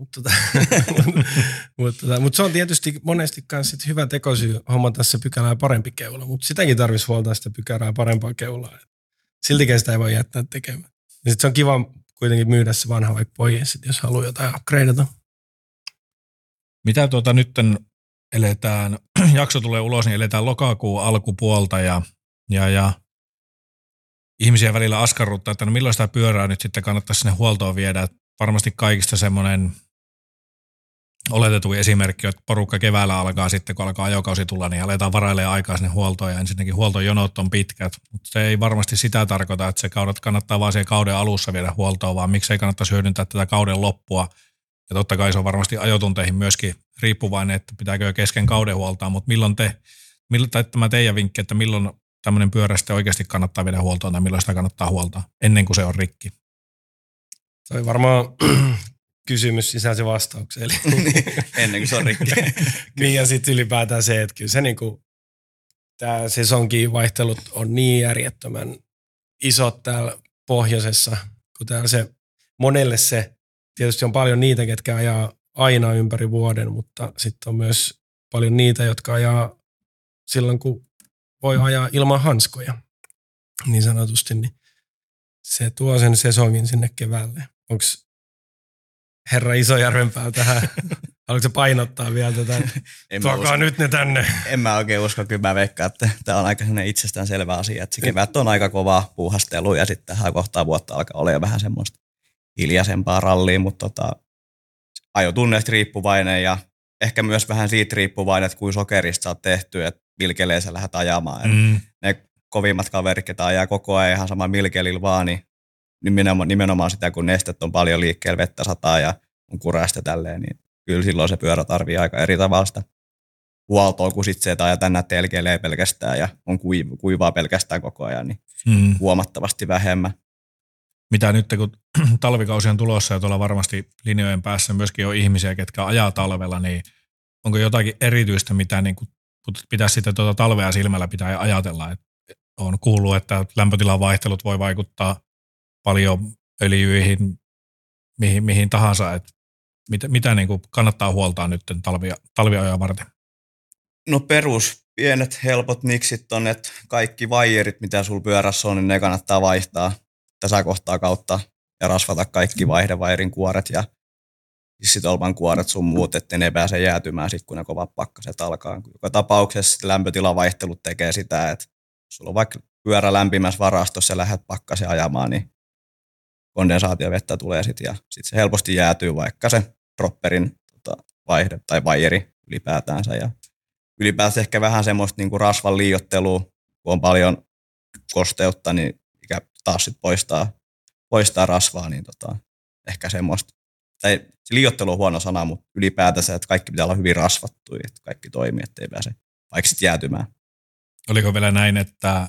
mutta se on tietysti monesti myös hyvä tekosyy hommata se pykälää parempi keula, mutta sitäkin tarvitsisi huoltaa sitä pykälää parempaa keulaa. Siltikään sitä ei voi jättää tekemään. Ja sitten se on kiva kuitenkin myydä se vanha vaikka pois, jos haluaa jotain upgradeata.
Mitä nyt eletään, jakso tulee ulos, niin eletään lokakuun alkupuolta ja ihmisiä välillä askarruttaa, että no milloin sitä pyörää nyt sitten kannattaisi sinne huoltoon viedä. Varmasti kaikista semmoinen oletetuin esimerkki, että porukka keväällä alkaa sitten, kun alkaa ajokausi tulla, niin aletaan varailemaan aikaa sinne huoltoon ja ensinnäkin huoltojonot on pitkät, mutta se ei varmasti sitä tarkoita, että se kaudet kannattaa vaan siellä kauden alussa viedä huoltoon, vaan miksei kannattaisi hyödyntää tätä kauden loppua. Ja totta kai se on varmasti ajotunteihin myöskin riippuvainen, että pitääkö kesken kauden huoltaa, mutta milloin tämä teidän vinkki, että milloin tämmöinen pyörä sitten oikeasti kannattaa viedä huoltoon tai milloin sitä kannattaa huoltaa ennen kuin se on rikki?
Se on varmaan kysymys sisälsi vastaukseen.
Ennen kuin se on rikki.
Niin ja sitten ylipäätään se, että kyllä se niinku, tämä sesonkin vaihtelut on niin järjettömän isot täällä pohjoisessa, kun täällä se monelle se, tietysti on paljon niitä, ketkä ajaa aina ympäri vuoden, mutta sitten on myös paljon niitä, jotka ajaa silloin, kun voi ajaa ilman hanskoja, niin sanotusti. Niin se tuo sen sesongin sinne keväälle. Onko herra Isojärvenpää tähän? Haluatko se painottaa vielä tätä? Tuokaa nyt ne tänne.
En mä oikein usko, kyllä mä veikkaan, että tämä on aika itsestäänselvä asia, että se kevät on aika kovaa puuhastelua ja sitten tähän kohtaan vuotta alkaa olla jo vähän semmoista hiljaisempaa rallia, mutta ajotunneista riippuvainen ja ehkä myös vähän siitä riippuvainen, että kuin sokerista on tehty, että milkeleen sä lähdet ajamaan. Ne kovimmat kaverit, ketä ajaa koko ajan ihan sama milkelillä vaan, niin nimenomaan sitä, kun nestet on paljon liikkeellä, vettä sataa ja on kurästä tälleen, niin kyllä silloin se pyörä tarvii aika eri tavalla sitä huoltoa, kun sitten se, että ajetaan näitä telkeilee pelkästään ja on kuivaa pelkästään koko ajan, niin huomattavasti vähemmän.
Mitä nyt, kun talvikausi on tulossa ja tuolla varmasti linjojen päässä myöskin on ihmisiä, ketkä ajaa talvella, niin onko jotakin erityistä, mitä niin pitäisi sitten talvea silmällä pitää ajatella? On kuullut, että lämpötilan vaihtelut voi vaikuttaa paljon öljyihin, mihin tahansa. Että mitä niin kuin kannattaa huoltaa nyt talviajoja varten?
No pienet helpot niksit on, että kaikki vaijerit, mitä sulla pyörässä on, niin ne kannattaa vaihtaa tässä kohtaa kautta ja rasvata kaikki vaihdevairin kuoret ja sitolman kuoret sun muut, ettei ne pääse jäätymään sit, kun ne kovat pakkaset alkaa. Joka tapauksessa lämpötilavaihtelut tekee sitä, että jos sulla on vaikka pyörä lämpimässä varastossa ja lähdet pakkasen ajamaan, niin kondensaatiovettä tulee sitten ja sitten se helposti jäätyy vaikka se dropperin vaihde tai vaijeri ylipäätänsä. Ja ylipäätään ehkä vähän semmoista niinku rasvan liioittelua, kun on paljon kosteutta, niin mikä taas sit poistaa rasvaa, niin ehkä semmoista. Tai se liioittelu on huono sana, mutta ylipäätänsä, että kaikki pitää olla hyvin rasvattu, että kaikki toimii, ettei pääse vaikka sitten jäätymään.
Oliko vielä näin, että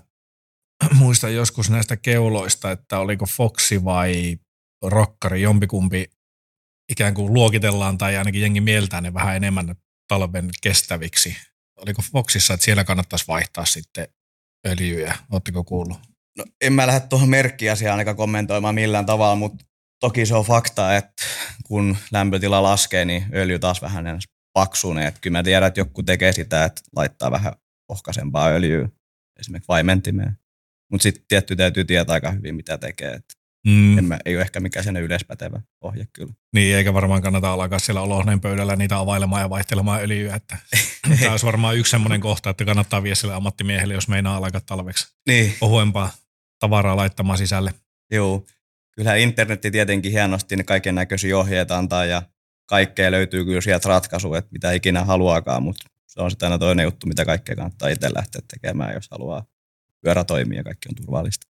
muistan joskus näistä keuloista, että oliko Foxi vai Rokkari, jompikumpi ikään kuin luokitellaan tai ainakin jengi mieltää ne vähän enemmän talven kestäviksi. Oliko Foxissa, että siellä kannattaisi vaihtaa sitten öljyjä? Oletteko kuullut?
No, en mä lähde tuohon merkkiasiaan ainakaan kommentoimaan millään tavalla, mutta toki se on fakta, että kun lämpötila laskee, niin öljy taas vähän paksunee. Että kyllä mä tiedän, että joku tekee sitä, että laittaa vähän ohkaisempaa öljyä esimerkiksi vaimentimeen. Mutta sitten tietty täytyy tietää aika hyvin, mitä tekee. Ei ole ehkä mikään sen yleispätevä ohje kyllä.
Niin, eikä varmaan kannata alkaa siellä olohneen pöydällä niitä availemaan ja vaihtelemaan öljyä. Että tämä olisi varmaan yksi semmoinen kohta, että kannattaa viedä sille ammattimiehelle, jos meinaa alkaa talveksi ohuempaa tavaraa laittamaan sisälle.
Joo, kyllähän internetti tietenkin hienosti ne kaiken näköisiä ohjeita antaa ja kaikkea löytyy kyllä sieltä ratkaisu, että mitä ikinä haluaakaan, mutta se on sitten aina toinen juttu, mitä kaikkea kannattaa itse lähteä tekemään, jos haluaa pyörä toimia ja kaikki on turvallista.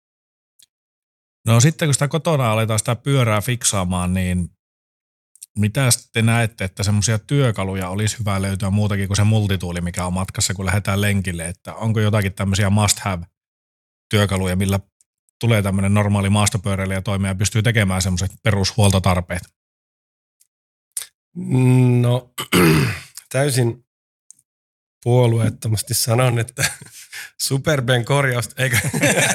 No sitten kun sitä kotona aletaan sitä pyörää fiksaamaan, niin mitä te näette, että semmoisia työkaluja olisi hyvä löytyä muutakin kuin se multituuli, mikä on matkassa, kun lähdetään lenkille, että onko jotakin tämmöisiä must have työkaluja, millä tulee tämmöinen normaali maastopyöräilijä toimia ja pystyy tekemään semmoiset perushuoltotarpeet?
No täysin puolueettomasti sanon, että Superben korjausta, eikä.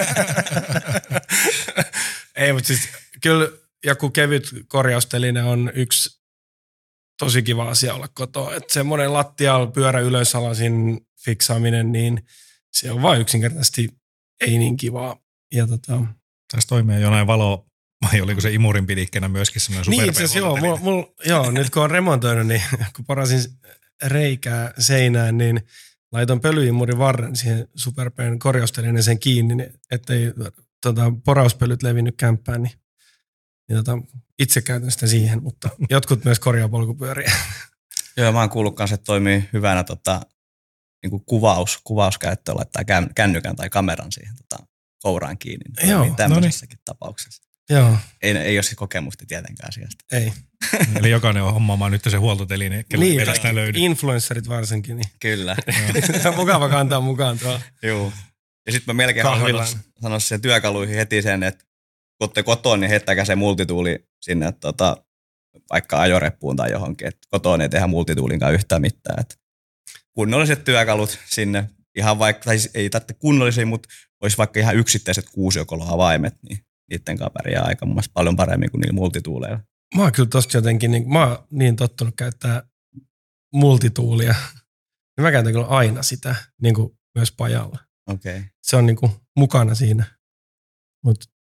Ei, mutta siis kyllä joku kevyt korjausteline on yksi tosi kiva asia olla kotoa. Että semmoinen lattialla pyörä ylösalasin fiksaaminen, niin se on vain yksinkertaisesti ei niin kivaa. Ja
tässä toimii jonain valo, vai oliko se imurin pidikkenä myöskin semmoinen Superben?
Niin, itse asiassa joo, nyt kun on remontoinut, niin kun parasin reikää seinään, niin laiton pölyimurin varren siihen Superben korjaustelineeseen kiinni, niin ettei porauspölyt levinnyt kämppään, niin itse käytän sitä siihen, mutta jotkut myös korjaa polkupyöriä.
Joo, mä oon kuullut kanssa, että toimii hyvänä niin kuin kuvauskäyttöä, laittaa kännykän tai kameran siihen kouraan kiinni.
Joo,
tämmöisessäkin tapauksessa.
Joo.
Ei ole se kokemusta tietenkään asiasta.
Ei.
Eli jokainen on hommaamaan nyt se huoltoteline,
niin, influencerit varsinkin. Niin.
Kyllä.
Se on mukava kantaa mukaan tuo.
Joo. Ja sitten mä melkein sanoisin sen työkaluihin heti sen, että kun olette kotoon, niin heittäkää se multituuli sinne vaikka ajoreppuun tai johonkin. Et kotoon ei tehdä multituulinkaan yhtään mitään. Et kunnolliset työkalut sinne, ihan vaikka, tai ei tarvitse kunnollisia, mutta olisi vaikka ihan yksittäiset kuusiokolla-avaimet, niin niiden kanssa pärjää aika mun mielestä paljon paremmin kuin niillä multituuleilla.
Mä oon kyllä tosta jotenkin, mä oon niin tottunut käyttää multituulia. Ja mä käytän kyllä aina sitä, niin kuin myös pajalla.
Okay.
Se on niin kuin mukana siinä. Mut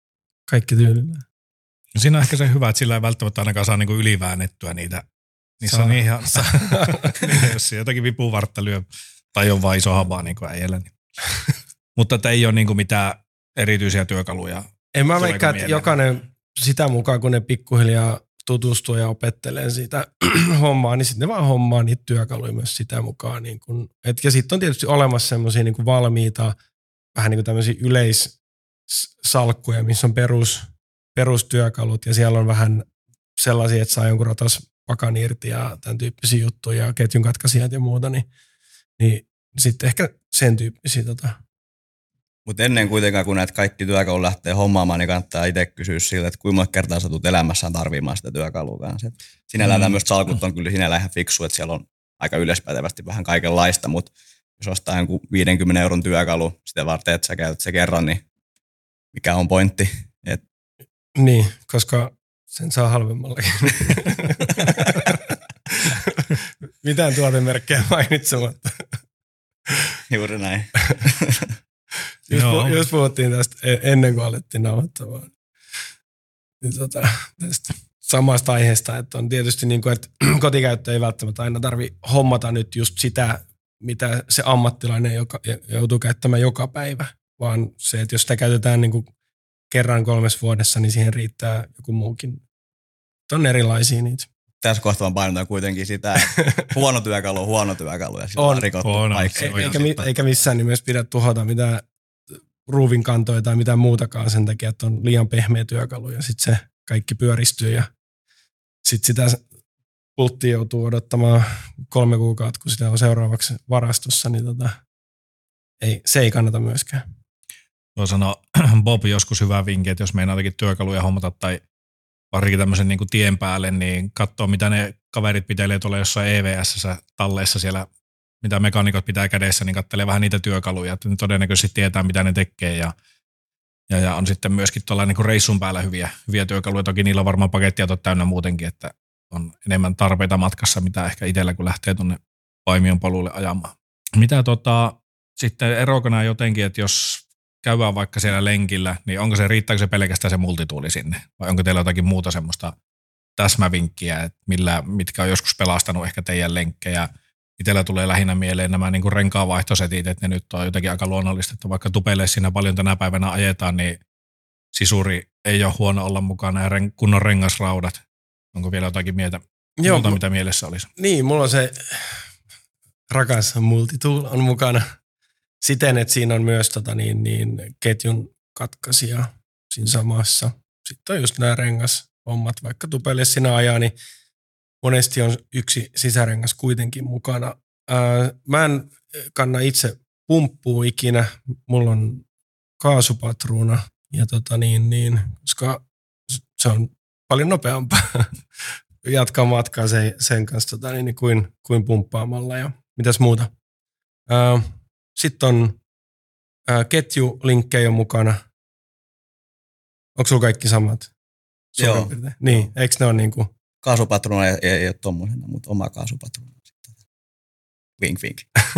kaikki tyylillä.
No siinä on ehkä se hyvä, että sillä ei välttämättä ainakaan saa niinku yliväännettyä niitä. Niissä on ihan, jos jotakin vipuvartta lyö tai on vaan iso havaa niin kuin äijällä. Niin. Mutta että ei ole niinku mitään erityisiä työkaluja.
En mä veikkaan, että jokainen sitä mukaan, kun ne pikkuhiljaa tutustuu ja opettelee sitä hommaa, niin sitten ne vaan hommaa niitä työkaluja myös sitä mukaan. Niin kun, ja sitten on tietysti olemassa semmoisia niin valmiita, vähän niin kuin tämmöisiä yleissalkkuja, missä on perustyökalut ja siellä on vähän sellaisia, että saa jonkun pakan irti ja tämän tyyppisiä juttuja ja ketjun katkaisijat ja muuta, niin sitten ehkä sen tyyppisiä.
Mutta ennen kuitenkaan, kun näitä kaikki työkalut lähtee hommaamaan, niin kannattaa itse kysyä siltä, että kuinka monta kertaa sä tulet elämässään tarvimaan sitä työkalua kanssa. Sinällään tämmöiset salkut on kyllä sinällään ihan fiksu, että siellä on aika yleispätevästi vähän kaikenlaista, mutta jos ostaa jonkun 50 euron työkalu, sitä varten, että sä käytät se kerran, niin mikä on pointti?
Niin, koska sen saa halvemmallakin. Mitään tuotemerkkejä mainitsematta.
Juuri näin.
Just puhuttiin tästä ennen kuin alettiin nauhoittamaan. Tästä samasta aiheesta, että on tietysti niin kuin, että kotikäyttö ei välttämättä aina tarvitse hommata nyt just sitä, mitä se ammattilainen joutuu käyttämään joka päivä, vaan se, että jos sitä käytetään niin kuin kerran 3 vuodessa, niin siihen riittää joku muukin. On erilaisia niitä.
Tässä kohtaa painotan kuitenkin sitä, että huono työkalu ja sillä on rikottu
eikä missään nimessä pidä tuhota mitään ruuvin kantoja tai mitään muutakaan sen takia, että on liian pehmeä työkalu ja sitten se kaikki pyöristyy ja sitten sitä pulttia joutuu odottamaan 3 kuukautta, kun sitä on seuraavaksi varastossa, niin se ei kannata myöskään.
Tuo sanoi Bob joskus hyvä vinkki, että jos meinaa jotakin työkaluja hommata tai varsinkin tämmöisen niin kuin tien päälle, niin katsoo mitä ne kaverit pitelee tuolla jossain EVS-talleissa siellä, mitä mekaanikot pitää kädessä, niin katselee vähän niitä työkaluja, että ne todennäköisesti tietää mitä ne tekee ja on sitten myöskin tuolla niin kuin reissun päällä hyviä työkaluja. Toki niillä on varmaan pakettia täynnä muutenkin, että on enemmän tarpeita matkassa, mitä ehkä itsellä kun lähtee tuonne Paimion polulle ajamaan. Mitä sitten eroako nämä jotenkin, että jos käydään vaikka siellä lenkillä, niin riittääkö se pelkästään se multituuli sinne? Vai onko teillä jotakin muuta semmoista täsmävinkkiä, että mitkä on joskus pelastanut ehkä teidän lenkkejä? Itsellä tulee lähinnä mieleen nämä niin kuin renkaanvaihtosetit, että ne nyt on jotenkin aika luonnollista, että vaikka tupeille siinä paljon tänä päivänä ajetaan, niin sisuri ei ole huono olla mukana ja kunnon rengasraudat. Onko vielä jotakin muuta, mitä mielessä olisi? Niin,
mulla on se rakas multitool on mukana siten, että siinä on myös ketjun katkaisija siinä samassa. Sitten on just nämä rengashommat, vaikka tupeille siinä ajaa, niin monesti on yksi sisärengas kuitenkin mukana. Mä en kanna itse pumppua ikinä. Mulla on kaasupatruuna, ja koska se on paljon nopeampaa jatkaa matkaa sen kanssa kuin pumppaamalla. Ja mitäs muuta? Sitten on ketjulinkkejä mukana. Onko sulla kaikki samat?
Joo.
Niin, eikö ne ole niinku...
Kaasupatruuna ei ole tuommoisena, mutta oma kaasupatruuna. Vink, vink.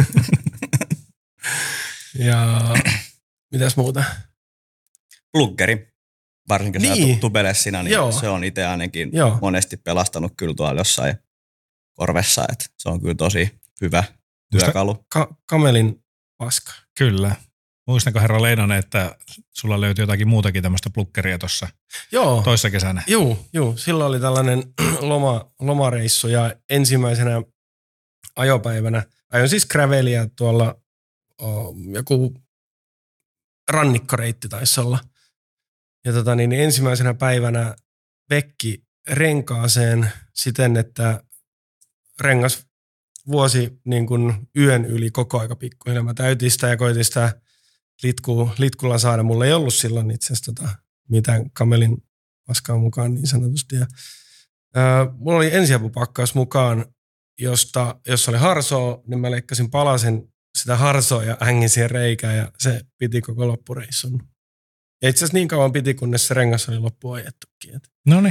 Ja mitäs muuta?
Pluggeri. Varsinkin niin. Jos tubele siinä, niin joo. Se on itse ainakin monesti pelastanut kyllä tuolla jossain korvessa. Että se on kyllä tosi hyvä työkalu.
Kamelin paska.
Kyllä. Muistanko herra Leinonen, että sulla löytyi jotakin muutakin tämmöistä pluggeria tuossa toissa kesänä?
Joo. Silloin oli tällainen lomareissu ja ensimmäisenä ajopäivänä ajoin siis gravelia tuolla joku rannikkoreitti taisi olla. Ja ensimmäisenä päivänä vekki renkaaseen siten, että rengas vuosi niin kuin yön yli koko aika pikkuhiljaa. Mä täytin sitä ja koitin sitä litkulla saada. Mulla ei ollut silloin itse asiassa mitään kamelin paskaa mukaan niin sanotusti. Ja, mulla oli ensiapupakkaus mukaan, jos oli harsoa, niin mä leikkasin palasen sitä harsoa ja hängin siihen reikään ja se piti koko loppureissun. Ja itse asiassa niin kauan piti, kunnes se rengas oli loppuun ajettukin.
Noniin.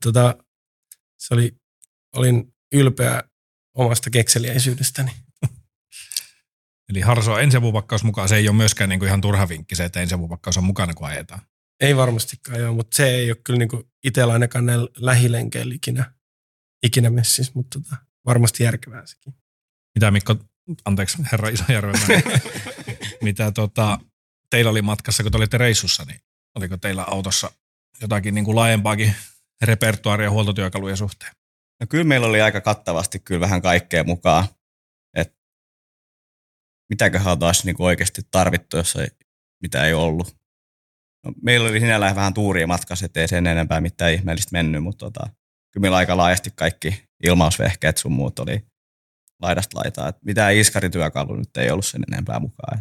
Olin ylpeä omasta kekseliäisyydestäni.
Eli harsoa ensiapupakkaus mukaan, se ei ole myöskään niin kuin ihan turha vinkki se, että ensiapupakkaus on mukana, kun ajetaan.
Ei varmastikaan joo, mutta se ei ole kyllä niinku itsellä ainakaan näillä lähilenkeillä ikinä messissä, mutta varmasti järkevää sekin.
Mitä Mikko, anteeksi herra Isojärvenmäen, mitä teillä oli matkassa, kun te olitte reissussa, niin oliko teillä autossa jotakin niin kuin laajempaakin repertuaaria huoltotyökalujen suhteen?
No kyllä meillä oli aika kattavasti kyllä vähän kaikkea mukaan. Et mitäköhän taas niin kuin oikeasti tarvittu, jos mitä ei ollut. No, meillä oli sinällään vähän tuuria matkassa, ettei sen enempää mitään ihmeellistä mennyt, mutta kyllä meillä aika laajasti kaikki ilmausvehkeet sun muut oli laidasta laitaa. Et mitään iskarityökalu nyt ei ollut sen enempää mukaan.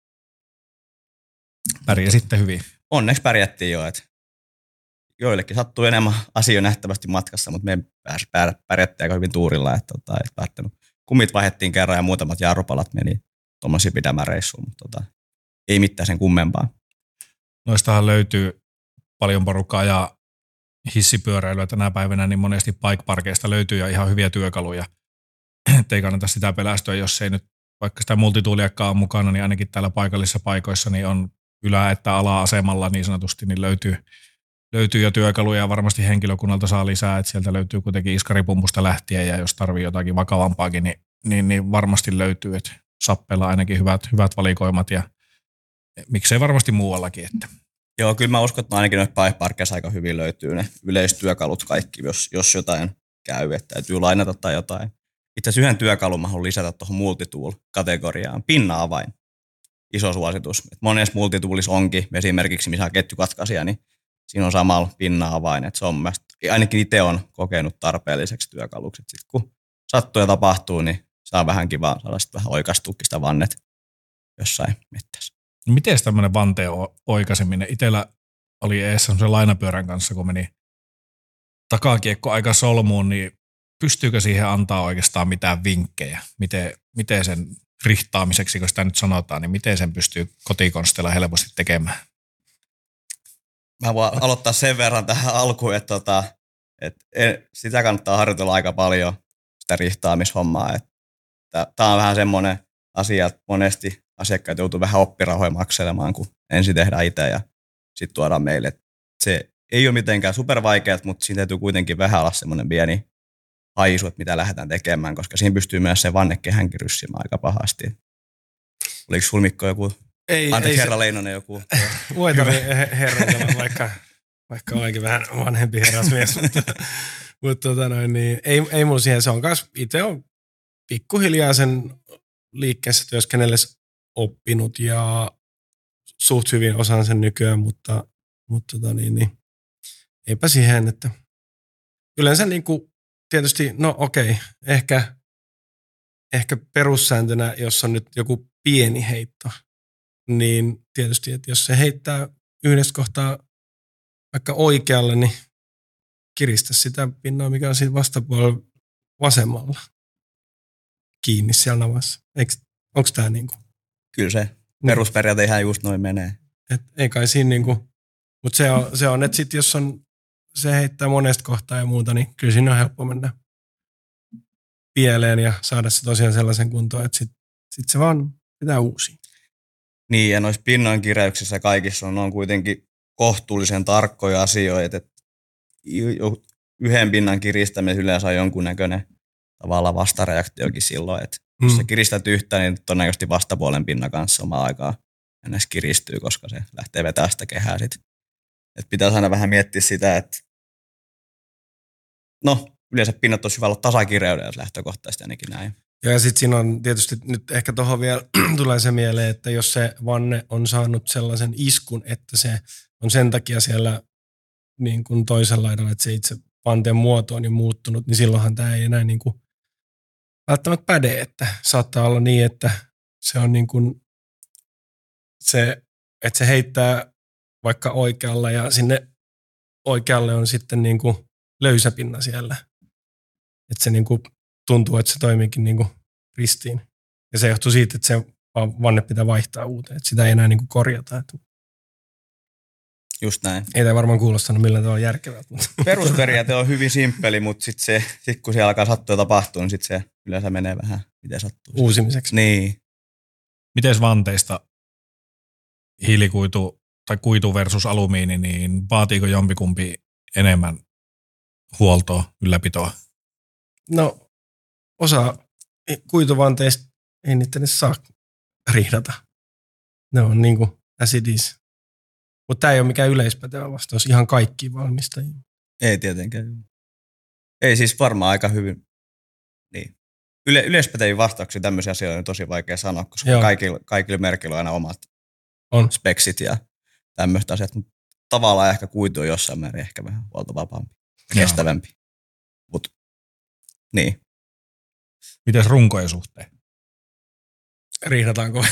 Pärjäsitte hyvin.
Onneksi pärjättiin jo. Joillekin sattui enemmän asioita nähtävästi matkassa, mutta me pärjättiin aika hyvin tuurilla. Kummit vaihdettiin kerran ja muutamat jarrupalat meni tuommoisia pidemmän reissuun, mutta ei mitään sen kummempaa.
Noistahan löytyy paljon porukkaa ja hissipyöräilyä tänä päivänä, niin monesti bike-parkeista löytyy ja ihan hyviä työkaluja. Ei kannata sitä pelästyä, jos ei nyt vaikka sitä multituuliakkaa on mukana, niin ainakin täällä paikallisissa paikoissa niin on ylä- että ala-asemalla niin sanotusti, niin löytyy jo työkaluja ja varmasti henkilökunnalta saa lisää, että sieltä löytyy kuitenkin iskaripumpusta lähtien ja jos tarvii jotakin vakavampaakin, niin varmasti löytyy, että sappeilla ainakin hyvät valikoimat ja miksei varmasti muuallakin. Että.
Joo, kyllä mä uskon, että ainakin noissa bike-parkeissa aika hyvin löytyy ne yleistyökalut kaikki, jos jotain käy, että täytyy lainata tai jotain. Itse asiassa yhden työkalun mä haluan lisätä tuohon multitool-kategoriaan. Pinna-avain. Iso suositus. Et monessa multitoolissa onkin, esimerkiksi missä on ketjukatkaisija, niin siinä on samalla pinna-avain. Et se on ainakin itse on kokenut tarpeelliseksi työkaluksi. Sitten kun sattuu ja tapahtuu, niin saa vähän kivaa saada sitten vähän oikastuukin sitä vannet jossain mettässä.
Miten tämmöinen vanteen oikaiseminen? Itellä oli eessä semmoisen lainapyörän kanssa, kun meni takakiekko aika solmuun, niin pystyykö siihen antaa oikeastaan mitään vinkkejä? Miten sen rihtaamiseksi, kun sitä nyt sanotaan, niin miten sen pystyy kotikonsteilla helposti tekemään?
Mä voin aloittaa sen verran tähän alkuun, että sitä kannattaa harjoitella aika paljon, sitä rihtaamishommaa. Tämä on vähän semmoinen asia, että monesti asiakkaat joutuu vähän oppirahoja makselemaan, kun ensin tehdään itse ja sitten tuodaan meille. Se ei ole mitenkään supervaikeat, mutta siinä täytyy kuitenkin vähän olla semmoinen pieni haisu, että mitä lähdetään tekemään, koska siinä pystyy myös se vannekehänkin ryssimään aika pahasti. Oliko sulla Mikko joku? Anteeksi, herra Leinonen joku.
Voi herra, vaikka olenkin vähän vanhempi herrasmies, mutta niin, ei mulla siihen, se on kanssa, itse on pikkuhiljaa sen liikkeessä työskennellessä oppinut ja suht hyvin osaan sen nykyään, mutta niin, eipä siihen, että yleensä niin kuin tietysti, no okei, ehkä perussääntönä, jos on nyt joku pieni heitto, niin tietysti, että jos se heittää yhdessä kohtaa vaikka oikealle, niin kiristä sitä pinnaa, mikä on siinä vastapuolella vasemmalla kiinni siellä navassa. Onko tämä niin kuin?
Kyllä se perusperiaate ihan just noin menee.
Ei kai siinä niin kuin, mutta se on, että sitten jos se heittää monesta kohtaa ja muuta, niin kyllä siinä on helppo mennä pieleen ja saada se tosiaan sellaisen kuntoon, että sit se vaan pitää uusia.
Niin, ja noissa pinnan kiräyksissä kaikissa on kuitenkin kohtuullisen tarkkoja asioita, että yhden pinnan kiristäminen yleensä on jonkunnäköinen tavallaan vastareaktiokin silloin, että jos sä kiristät yhtä, niin todennäköisesti vastapuolen pinnan kanssa omaa aikaa ennäs kiristyy, koska se lähtee vetämään sitä kehää sitten. Että pitäisi aina vähän miettiä sitä, että no, yleensä pinnat olisi hyvä olla tasakireydellä, jos lähtökohtaisesti ainakin näin.
Ja sitten siinä on tietysti nyt ehkä tuohon vielä tulee se mieleen, että jos se vanne on saanut sellaisen iskun, että se on sen takia siellä niin kuin toisella laidalla, että se itse vanteen muoto on jo muuttunut, niin silloinhan tämä ei enää niin kuin välttämättä päde, että saattaa olla niin, että se on niin kuin se, että se heittää vaikka oikealla ja sinne oikealle on sitten niin kuin löysä pinna siellä. Että se niin kuin tuntuu, että se toimiikin niin kuin ristiin. Ja se johtuu siitä, että se vanne pitää vaihtaa uuteen. Että sitä ei enää niin kuin korjata.
Just näin.
Ei tämä varmaan kuulostanut millään tavalla järkevää.
Perusperiaate on hyvin simppeli, mutta sitten kun se alkaa sattua ja tapahtua, niin sitten se yleensä menee vähän miten sattuu.
Uusimiseksi.
Niin.
Miten vanteista hiilikuitu tai kuitu versus alumiini, niin vaatiiko jompikumpi enemmän huoltoa, ylläpitoa?
No osa kuituvanteista ei niitä edes saa rihdata. Ne on niin kuin as it is. Mutta tämä ei ole mikään yleispätevä vastaus ihan kaikkiin valmistajiin.
Ei tietenkään. Ei siis varmaan aika hyvin. Niin. Yleispäteviä vastauksia tämmöisiä asioita on tosi vaikea sanoa, koska kaikille merkillä on aina omat speksit ja tämmöiset asiat. Tavallaan ehkä kuitu on jossain määrin ehkä vähän huoltovapaampi, kestävämpi. Mut, niin.
Mites runkojen suhteen?
Rihdataanko?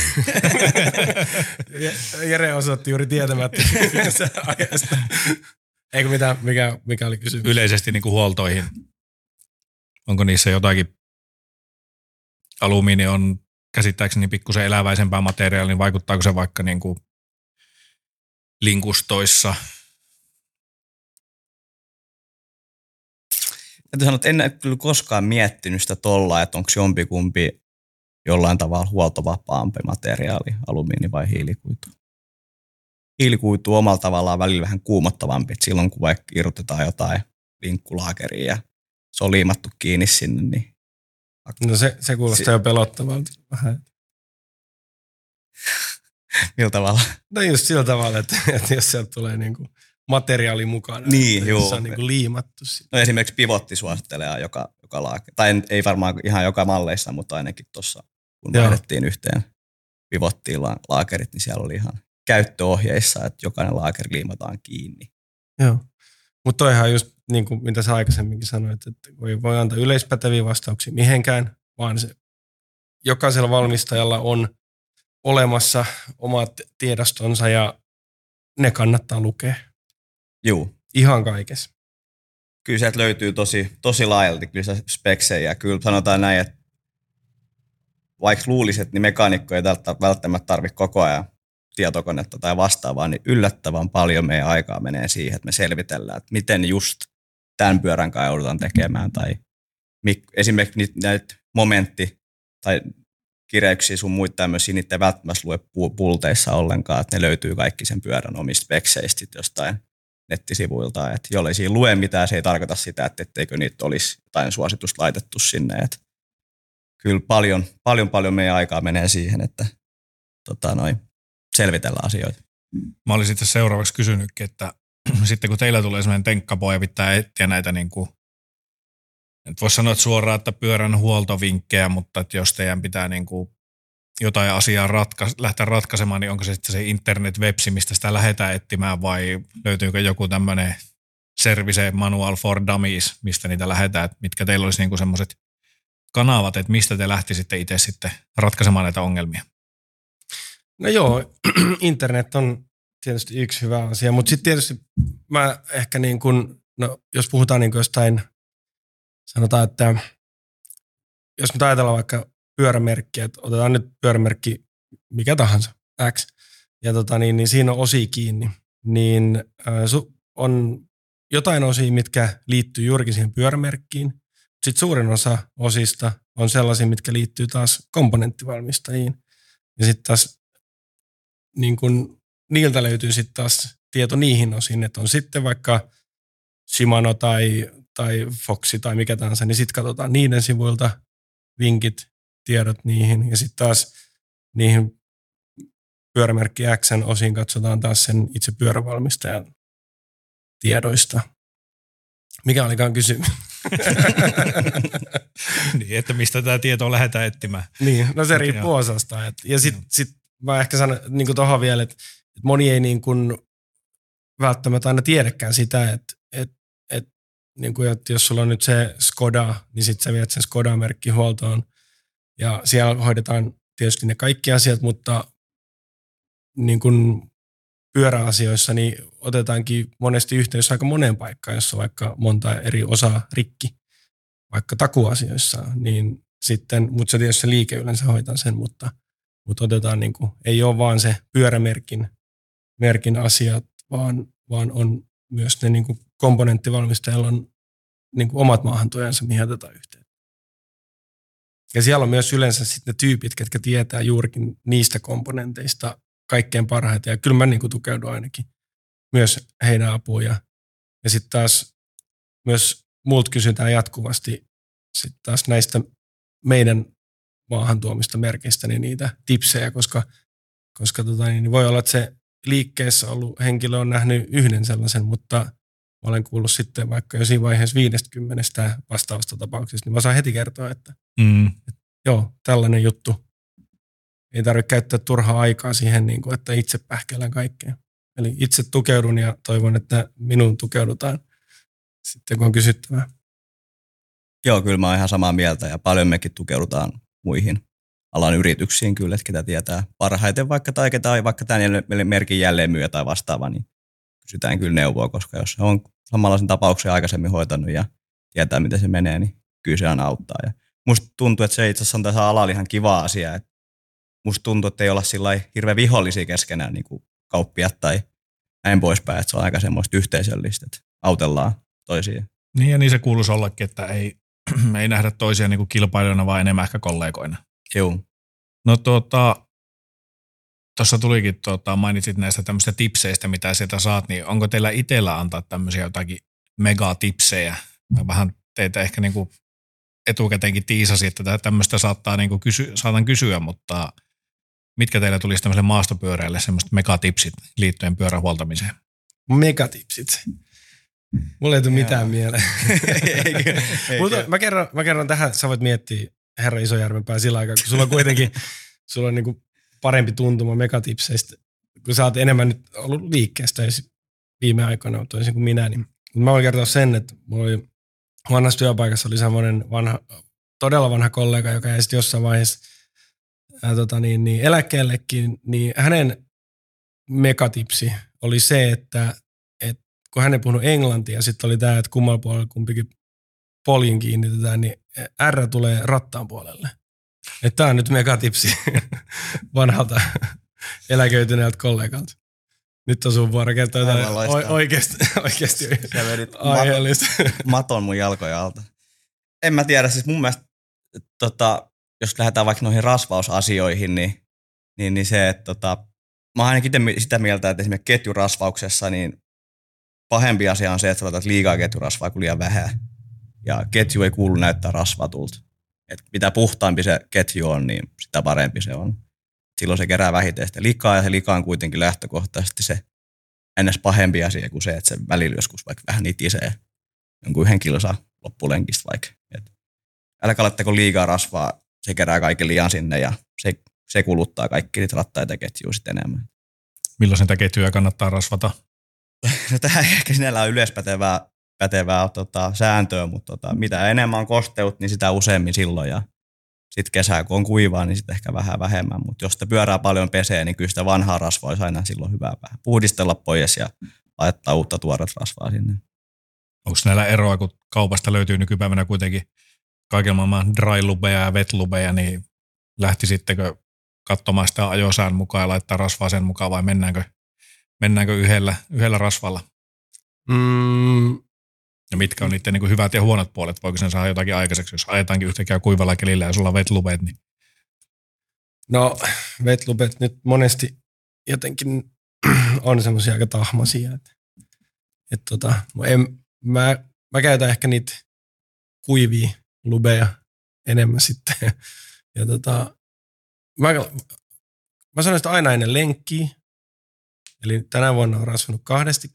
Jere osoitti juuri tietämättä aiheesta. Eikö mitään, mikä oli kysymys?
Yleisesti niin kuin huoltoihin. Onko niissä jotakin? Alumiini on käsittääkseni pikkusen eläväisempää materiaalia, niin vaikuttaako se vaikka niin kuin linkustoissa?
Täytyy sanoa, että en ole kyllä koskaan miettinyt sitä tolla, että onko jompikumpi jollain tavalla huoltovapaampi materiaali, alumiini vai hiilikuitu. Hiilikuitu on omalla tavallaan välillä vähän kuumottavampi, että silloin kun vaikka irrotetaan jotain linkkulaakeria ja se on liimattu kiinni sinne, niin...
No se kuulostaa jo pelottavalta vähän.
Millä tavalla?
No just sillä tavalla, että jos sieltä tulee niinku materiaali mukana,
niin,
joo. Se on niinku liimattu.
No esimerkiksi pivotti suosittelee joka laake. Tai ei varmaan ihan joka malleissa, mutta ainakin tuossa kun vaihdettiin yhteen pivottiin laakerit, niin siellä oli ihan käyttöohjeissa, että jokainen laakeri liimataan kiinni.
Joo, mutta toihan just niin kuin mitä sä aikaisemminkin sanoit, että voi antaa yleispäteviä vastauksia mihinkään, vaan se, jokaisella valmistajalla on olemassa omat tiedostonsa ja ne kannattaa lukea.
Juu.
Ihan kaikessa.
Kyllä sieltä löytyy tosi laajalti kyllä speksejä. Kyllä sanotaan näin, että vaikka luulisit, niin mekaanikko ei välttämättä tarvitse koko ajan tietokonetta tai vastaavaa, niin yllättävän paljon meidän aikaa menee siihen, että me selvitellään, että miten just tämän pyörän kanssa joudutaan tekemään. Tai esimerkiksi näitä momentti- tai kireyksiä sun muita tämmöisiä, niitä ei välttämättä lue pulteissa ollenkaan, että ne löytyy kaikki sen pyörän omista spekseistä jostain nettisivuilta. Että jollei siinä lue mitään, se ei tarkoita sitä, että etteikö niitä olisi jotain suositusta laitettu sinne. Että kyllä paljon meidän aikaa menee siihen, että selvitellään asioita.
Mä olin sitten seuraavaksi kysynytkin, että sitten kun teillä tulee sellainen tenkkapoja, pitää etsiä näitä niin kuin, et voisi sanoa että suoraan, että pyörän huoltovinkkejä, mutta että jos teidän pitää niin kuin jotain asiaa lähteä ratkaisemaan, niin onko se sitten se internet-websi, mistä sitä lähdetään etsimään vai löytyykö joku tämmöinen Service Manual for Dummies, mistä niitä lähdetään, että mitkä teillä olisi niin kuin semmoiset kanavat, että mistä te lähtisitte itse sitten ratkaisemaan näitä ongelmia? No
joo, internet on tietysti yksi hyvä asia, mutta sitten tietysti mä ehkä niin kuin, no jos puhutaan niin kuin jostain, sanotaan, että jos me ajatellaan vaikka pyörämerkkiä, että otetaan nyt pyörämerkki mikä tahansa, X, ja niin siinä on osia kiinni, niin on jotain osia, mitkä liittyy juurikin siihen pyörämerkkiin. Sitten suurin osa osista on sellaisia, mitkä liittyy taas komponenttivalmistajiin. Ja sitten taas niin kun, niiltä löytyy sitten taas tieto niihin osiin, että on sitten vaikka Shimano tai Foxi tai mikä tahansa, niin sitten katsotaan niiden sivuilta vinkit, tiedot niihin. Ja sitten taas niihin pyörämerkki X:n osiin katsotaan taas sen itse pyörävalmistajan tiedoista. Mikä olikaan kysymys?
Niin, että mistä tämä tieto lähdetään etsimään.
Niin, no se riippuu osasta. Ja sit mä ehkä sanon niin tuohon vielä, että moni ei niin kuin välttämättä aina tiedäkään sitä, että jos sulla on nyt se Skoda, niin sitten sä viet sen Skoda-merkki huoltoon. Ja siellä hoidetaan tietysti ne kaikki asiat, mutta niin kuin pyöräasioissa niin otetaankin monesti yhteys aika moneen paikkaan, jossa on vaikka monta eri osaa rikki, vaikka takuasioissa, niin sitten, mutta se tietysti se liike yleensä hoitaa sen, mutta otetaan niin kuin, ei ole vaan se pyörämerkin asiat, vaan on myös ne niin kuin komponenttivalmistajilla on niin kuin omat maahantuojansa, mihin otetaan yhteen. Ja siellä on myös yleensä sitten ne tyypit, ketkä tietää juurikin niistä komponenteista kaikkein parhaita. Ja kyllä mä niin kuin tukeudun ainakin myös heidän apuun. Ja sitten taas myös multa kysytään jatkuvasti sitten taas näistä meidän maahan tuomista merkeistä niin niitä tipsejä, koska niin voi olla, että se liikkeessä ollut henkilö on nähnyt yhden sellaisen, mutta mä olen kuullut sitten vaikka jo siinä vaiheessa 50 vastaavasta tapauksesta, niin mä saan heti kertoa, että joo, tällainen juttu. Ei tarvitse käyttää turhaa aikaa siihen, niin kuin, että itse pähkäillään kaikkea. Eli itse tukeudun ja toivon, että minun tukeudutaan sitten, kun on kysyttävää.
Joo, kyllä mä oon ihan samaa mieltä ja paljon mekin tukeudutaan muihin alan yrityksiin kyllä, että ketä tietää parhaiten vaikka tai ketä vaikka tämän merkin jälleenmyyjä tai vastaava, niin kysytään kyllä neuvoa, koska jos on samanlaisen tapauksen aikaisemmin hoitanut ja tietää, miten se menee, niin kyllä se aina auttaa. Ja musta tuntuu, että se itse asiassa on tässä alalla ihan kiva asia, että musta tuntuu, että ei olla sillä hirveän vihollisia keskenään niin kuin kauppiat tai näin poispäin, että se on aika semmoista yhteisöllistä, että autellaan toisiin.
Niin ja niin se kuuluisi ollakin, että ei nähdä toisia niin kuin kilpailijoina, vaan enemmän ehkä kollegoina.
Joo.
No tuossa tulikin, mainitsit näistä tämmöistä tipseistä, mitä sieltä saat, niin onko teillä itsellä antaa tämmöisiä jotakin megatipsejä? Mä vähän teitä ehkä niin kuin etukäteenkin tiisasin, että tämmöistä saatan kysyä, mutta mitkä teillä tulisi tämmöiselle maastopyöräille semmoiset megatipsit liittyen pyörän huoltamiseen?
Megatipsit? Mulla ei tule mitään mieleen. Mutta mä kerron tähän, sä voit miettiä herra Isojärvenpää sillä aikaa, kun sulla on kuitenkin sulla on niinku parempi tuntuma megatipseistä, kun sä oot enemmän nyt ollut liikkeestä viime aikoina toisin kuin minä. Niin. Mä voin kertoa sen, että mulla oli vanhassa työpaikassa oli semmoinen todella vanha kollega, joka jäi sitten jossain vaiheessa eläkkeellekin, niin hänen megatipsi oli se, että kun hän ei puhunut englantia, sitten oli tämä, että kummalla puolella kumpikin poljin kiinnitetään, niin R tulee rattaan puolelle. Tämä on nyt megatipsi vanhalta eläköityneeltä kollegalta. Nyt on sun vuoro kertoa jotain oikeasti aiheellista.
Maton mun jalkoja alta. En mä tiedä, siis mun mielestä, jos lähdetään vaikka noihin rasvausasioihin, niin se, että mä oon ainakin sitä mieltä, että esimerkiksi ketjurasvauksessa, niin pahempi asia on se, että sä laitat liikaa ketjurasvaa kuin liian vähän. Ja ketju ei kuulu näyttää rasvatulta. Et mitä puhtaampi se ketju on, niin sitä parempi se on. Silloin se kerää vähiten sitä likaa, ja se lika on kuitenkin lähtökohtaisesti se ns. Pahempi asia kuin se, että se välillä joskus vaikka vähän nitisee jonkun 1 kilsa loppulenkistä vaikka. Et älkää laittako liikaa rasvaa, se kerää kaiken liian sinne ja se kuluttaa kaikki niitä rattaita ja ketjua sitten enemmän.
Milloin sitä ketjuja kannattaa rasvata?
No tähän ehkä sinällä on yleispätevää sääntöä, mutta mitä enemmän on kosteut, niin sitä useammin silloin. Ja sitten kesää, kun on kuivaa, niin sitten ehkä vähän vähemmän. Mutta jos sitä pyörää paljon pesee, niin kyllä sitä vanhaa rasvaa olisi aina silloin hyvä vähän puhdistella pois ja laittaa uutta tuoret rasvaa sinne.
Onko näillä eroa, kun kaupasta löytyy nykypäivänä kuitenkin kaiken maailman dry-lubeja ja wet-lubeja, niin lähtisittekö katsomaan sitä ajosään mukaan ja laittaa rasvaa sen mukaan vai mennäänkö yhdellä rasvalla? Ja mitkä on niiden niin kuin hyvät ja huonot puolet? Voiko sen saada jotakin aikaiseksi, jos ajetaankin yhtäkkiä kuivalla kelillä ja sulla on wet-lubeet? Niin... No
wet-lubeet nyt monesti jotenkin on semmoisia aika tahmaisia. Mä käytän ehkä niitä kuivia lubeja enemmän sitten. Ja mä sanoin sitä aina ennen lenkkiä. Eli tänä vuonna on rasvanut 2.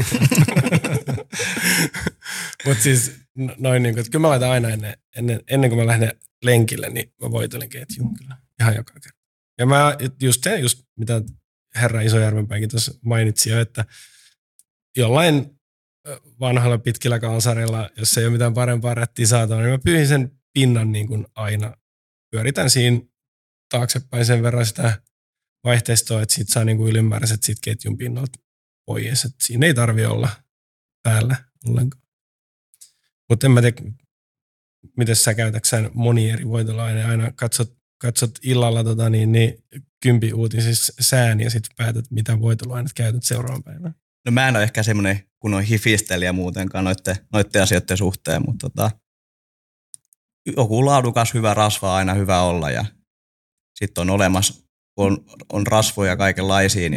Mutta siis noin niin kuin, että kyllä mä laitan aina ennen kuin mä lähden lenkille, niin mä voitelen ketjun kyllä ihan joka kerta. Ja mä just mitä herra Isojärvenpäinkin tuossa mainitsi jo, että jollain vanhalla pitkillä kalsarilla, jos ei ole mitään parempaa rättiä saatava, niin mä pyyhin sen pinnan niin kuin aina. Pyöritän siinä taaksepäin sen verran sitä vaihteistoa, että siitä saa niin kuin ylimääräiset siitä ketjun pinnalta pois. Että siinä ei tarvitse olla päällä ollenkaan. Mutta en mä tiedä, miten sä käytäksä moni eri voiteluaineja. Aina katsot illalla 10 uutisissa sään ja sitten päätät, mitä voiteluaineet käytät seuraavan päivän.
No mä en ole ehkä semmoinen kunnon hifistelijä muutenkaan noitten asioiden suhteen, mutta joku laadukas hyvä rasva on aina hyvä olla ja sitten on olemassa kun on rasvoja kaikenlaisia,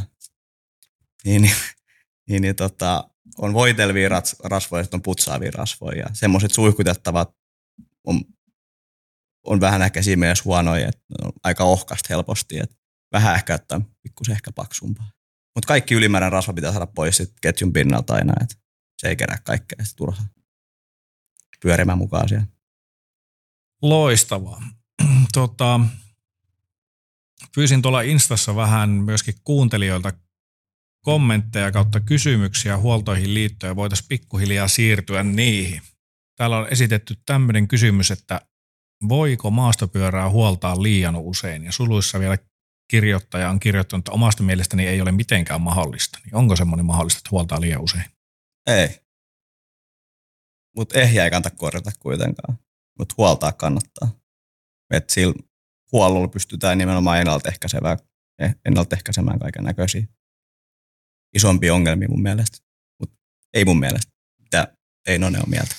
niin on voitelvia rasvoja, sitten on putsaavia rasvoja. Ja semmoiset suihkutettavat on vähän ehkä siinä mielessä huonoja, että on aika ohkasta helposti, että vähän ehkä ottaa pikkusen ehkä paksumpaa. Mutta kaikki ylimääräinen rasva pitää saada pois sit ketjun pinnalta aina, että se ei kerää kaikkea sit turhaa pyörimään mukaan siellä.
Loistavaa. Pyysin tuolla Instassa vähän myöskin kuuntelijoilta kommentteja kautta kysymyksiä huoltoihin liittyen ja voitaisiin pikkuhiljaa siirtyä niihin. Täällä on esitetty tämmöinen kysymys, että voiko maastopyörää huoltaa liian usein? Ja suluissa vielä kirjoittaja on kirjoittanut, että omasta mielestäni ei ole mitenkään mahdollista. Niin onko semmoinen mahdollista, että huoltaa liian usein?
Ei. Mutta ehjää ei kannata korjata kuitenkaan. Mutta huoltaa kannattaa. Että sillä huollolla pystytään nimenomaan ennaltaehkäisemään kaiken näköisiä isompia ongelmia mun mielestä. Mutta ei mun mielestä. Ei None ole mieltä.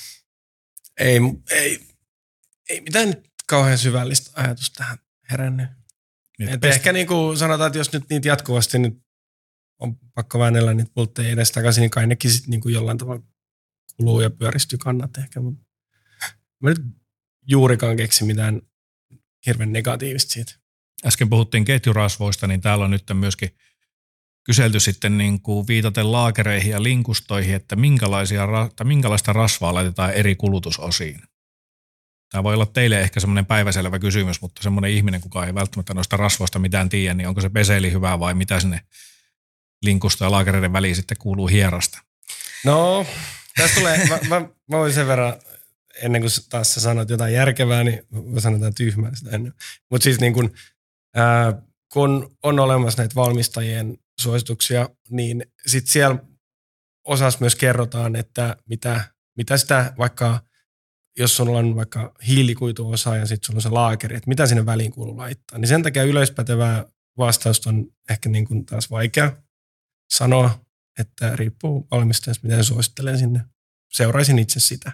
Ei mitään nyt kauhean syvällistä ajatusta tähän herännyt. Ehkä niin kuin sanotaan, että jos nyt niitä jatkuvasti nyt on pakko väännellä niitä pultteja edes takaisin, niin kai nekin sitten niin kuin jollain tavalla kuluu ja pyöristyy kannat ehkä. Mutta mä nyt juurikaan keksi mitään hirveän negatiivista siitä.
Äsken puhuttiin ketjurasvoista, niin täällä on nyt myöskin kyselty sitten niin kuin viitaten laakereihin ja linkustoihin, että minkälaista rasvaa laitetaan eri kulutusosiin. Tämä voi olla teille ehkä semmoinen päiväselvä kysymys, mutta semmoinen ihminen, kuka ei välttämättä noista rasvoista mitään tiedä, niin onko se peseli hyvä vai mitä sinne linkusto ja laakereiden väliin sitten kuuluu hierasta?
No, tässä tulee, mä voin sen verran, ennen kuin taas sä sanot jotain järkevää, niin mä sanon jotain tyhmää sitä ennen. Mutta siis niin kun on olemassa näitä valmistajien suosituksia, niin sitten siellä osassa myös kerrotaan, että mitä sitä vaikka, jos sulla on vaikka hiilikuituosa ja sitten sulla on se laakeri, että mitä sinne väliin kuuluu laittaa. Niin sen takia yleispätevää vastausta on ehkä niin kuin taas vaikea sanoa, että riippuu valmistajasta, miten suosittelen sinne. Seuraisin itse sitä.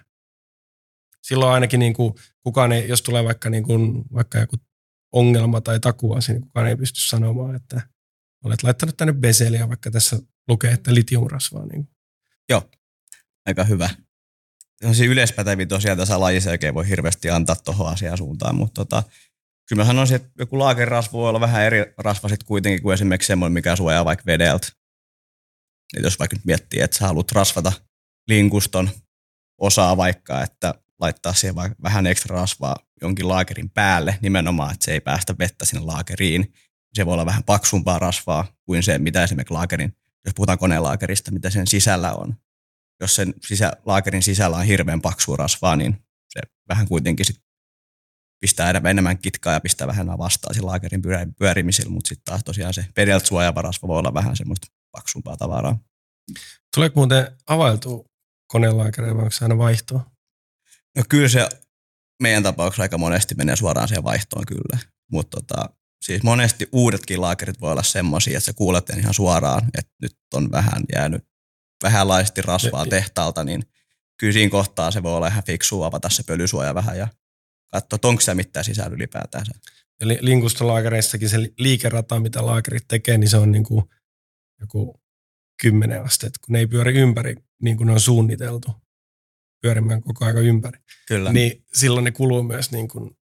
Silloin ainakin niin kuin kukaan ei, jos tulee vaikka joku ongelma tai takuasi, niin kukaan ei pysty sanomaan, että olet laittanut tänne beseliä, vaikka tässä lukee, että litiumrasvaa. Niin.
Joo, aika hyvä. Sellaisia yleispäteviä tosiaan tässä lajissa oikein voi hirveästi antaa tuohon asiaan suuntaan, mutta kyllä mä sanoisin, että joku laakerasva voi olla vähän eri rasva sitten kuitenkin kuin esimerkiksi semmoinen, mikä suojaa vaikka vedeltä. Et jos vaikka nyt miettii, että sä haluat rasvata linkuston osaa vaikka, että laittaa siihen vähän ekstra rasvaa jonkin laakerin päälle nimenomaan, että se ei päästä vettä sinne laakeriin. Se voi olla vähän paksumpaa rasvaa kuin se, mitä esimerkiksi laakerin, jos puhutaan konelaakerista, mitä sen sisällä on. Jos sen laakerin sisällä on hirveän paksua rasvaa, niin se vähän kuitenkin sit pistää enemmän kitkaa ja pistää vähän vastaan sen laakerin pyörimisellä, mutta sitten taas tosiaan se vedeltä suojaava rasva voi olla vähän semmoista paksumpaa tavaraa.
Tuleeko muuten availtua konelaakereja vai onko se aina vaihtoa?
No kyllä se meidän tapauksessa aika monesti menee suoraan siihen vaihtoon kyllä, mutta siis monesti uudetkin laakerit voi olla semmoisia, että sä kuulet ihan suoraan, että nyt on vähän jäänyt vähänlaisesti rasvaa tehtaalta, niin kyllä siinä kohtaa se voi olla ihan fiksua avata se pölysuoja vähän ja katsoa, että onko se mitään sisällä ylipäätään.
Ja linkustolaakereissakin se liikerata, mitä laakerit tekee, niin se on niin kuin joku 10 astetta, kun ne ei pyöri ympäri niin kuin ne on suunniteltu pyörimään koko ajan ympäri.
Kyllä.
Niin silloin ne kuluu myös niin kuin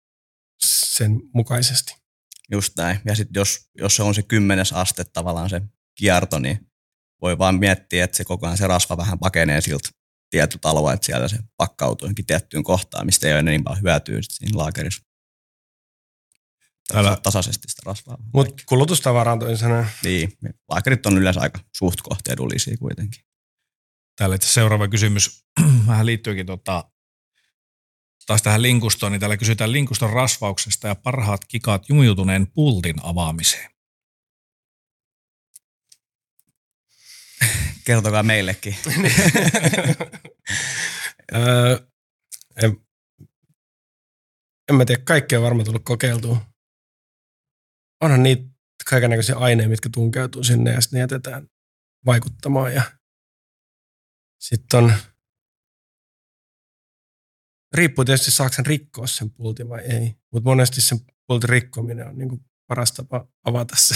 sen mukaisesti.
Just näin. Ja sitten jos se on se 10 aste tavallaan se kierto, niin voi vaan miettiä, että se koko ajan se rasva vähän pakenee siltä tietyltä alueelta, että siellä se pakkautuu johonkin tiettyyn kohtaan, mistä ei ole niin paljon hyötyä siinä laakerissa. Tasaisesti sitä rasvaa.
Mutta kulutustavara on toisena.
Niin, laakerit on yleensä aika suht kohti edullisia kuitenkin.
Täällä itse seuraava kysymys vähän liittyykin taas tähän linkustoon, niin täällä kysytään linkuston rasvauksesta ja parhaat kikaat jumiutuneen pultin avaamiseen.
Kertokaa meillekin.
En mä tiedä, kaikkea on varmaan tullut kokeiltua. Onhan niitä kaikennäköisiä aineita, mitkä tunkeutuu sinne ja sitten ne jätetään vaikuttamaan. Ja sitten on, riippuu tietysti saako sen rikkoa sen pultin vai ei, mutta monesti sen pultin rikkominen on niinku paras tapa avata se.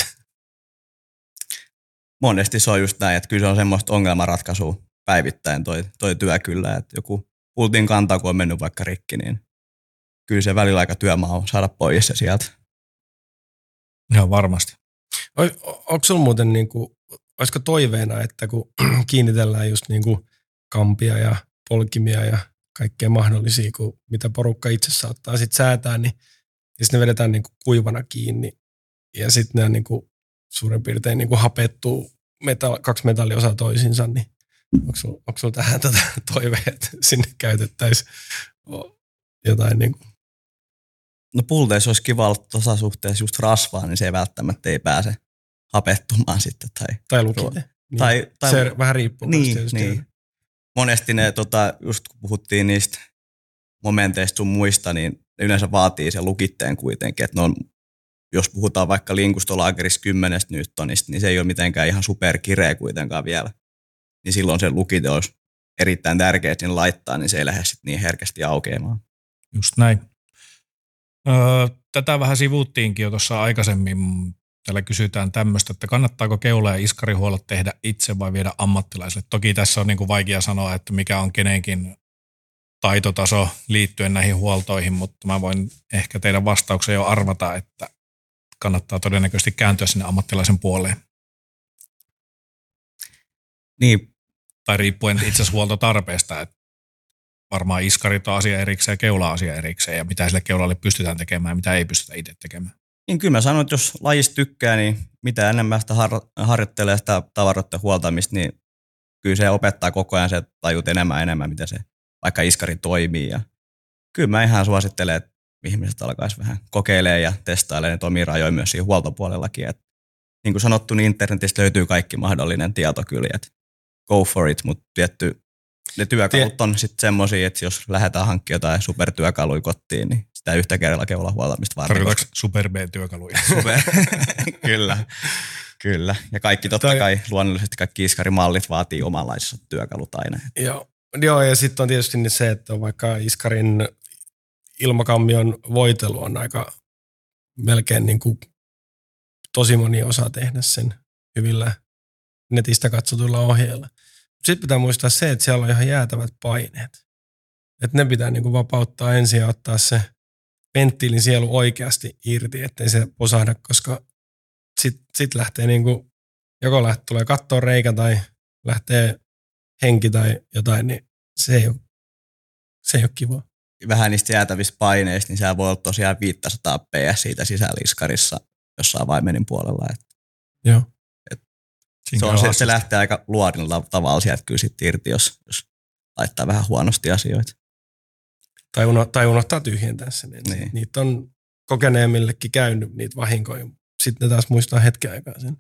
Monesti se on just näin, että kyllä se on semmoista ongelmanratkaisua päivittäin toi työ kyllä, että joku pultin kanta, kun on mennyt vaikka rikki, niin kyllä se välillä aika työmaa on saada pois se sieltä.
Ihan varmasti.
Onko sulla muuten, olisiko toiveena, että kun kiinnitellään just kampia ja polkimia ja kaikkea mahdollisia, mitä porukka itse saattaa sitten säätää, niin ja sitten ne vedetään kuivana kiinni ja sitten ne suurin piirtein hapettuu kaksi metalliosaa toisiinsa, niin onko sulla tähän toive, että sinne käytettäisiin jotain
No pulteissa olisi kiva olla tuossa suhteessa just rasvaa, niin se ei välttämättä pääse hapettumaan sitten.
Tai lukite.
Tai
se vähän riippuu.
Niin. Monesti ne, just kun puhuttiin niistä momenteista sun muista, niin ne yleensä vaatii sen lukitteen kuitenkin. Että jos puhutaan vaikka linkustolaakerissa 10 newtonista, niin se ei ole mitenkään ihan superkireä kuitenkaan vielä. Niin silloin se lukite olisi erittäin tärkeää sinne laittaa, niin se ei lähde sitten niin herkästi aukeamaan.
Just näin. Tätä vähän sivuttiinkin jo tuossa aikaisemmin. Täällä kysytään tämmöistä, että kannattaako keula- ja iskarihuollot tehdä itse vai viedä ammattilaisille. Toki tässä on vaikea sanoa, että mikä on kenenkin taitotaso liittyen näihin huoltoihin, mutta mä voin ehkä teidän vastauksen jo arvata, että kannattaa todennäköisesti kääntyä sinne ammattilaisen puoleen.
Niin.
Tai riippuen itse asiassa huoltotarpeesta, että varmaan iskarit on asia erikseen ja keula asia erikseen ja mitä sille keulalle pystytään tekemään ja mitä ei pystytä itse tekemään.
Niin kyllä mä sanon, että jos lajista tykkää, niin mitä enemmän sitä harjoittelee sitä tavaroiden huoltamista, niin kyllä se opettaa koko ajan, se tajut enemmän, miten se vaikka iskari toimii. Ja kyllä mä ihan suosittelen, että ihmiset alkaisi vähän kokeilemaan ja testailemaan niitä omia rajoja myös siinä huoltopuolellakin. Et, niin kuin sanottu, niin internetistä löytyy kaikki mahdollinen tieto kyllä, että go for it, mutta ne työkalut on sitten semmoisia, että jos lähdetään hankkimaan jotain supertyökaluja kotiin, niin sitä yhtä kerralla keulan huoltamista varten.
Tarkoitatko super B-työkaluja?
Kyllä. Ja kaikki totta kai luonnollisesti kaikki iskarimallit vaatii omanlaisensa työkalut aina.
Joo, ja sitten on tietysti se, että vaikka iskarin ilmakammion voitelu on aika melkein tosi moni osaa tehdä sen hyvillä netistä katsotuilla ohjeilla. Sitten pitää muistaa se, että siellä on ihan jäätävät paineet. Että ne pitää vapauttaa ensin ja ottaa se venttiilin sielu oikeasti irti, ettei se posahda, koska sit lähtee joko tulee kattoon reikä tai lähtee henki tai jotain, niin se ei ole kiva.
Vähän niistä jäätävistä paineista, niin sehän voi olla tosiaan 500 PS siitä sisälliskarissa jossain vaimenin puolella.
Joo.
Se lähtee aika luodilla tavalla sieltä kyllä sit irti, jos laittaa vähän huonosti asioita.
Tai unohtaa tyhjentää sen. Niin. Niitä on kokeneemmillekin käynyt niitä vahinkoja. Sitten ne taas muistaa hetken aikaa sen.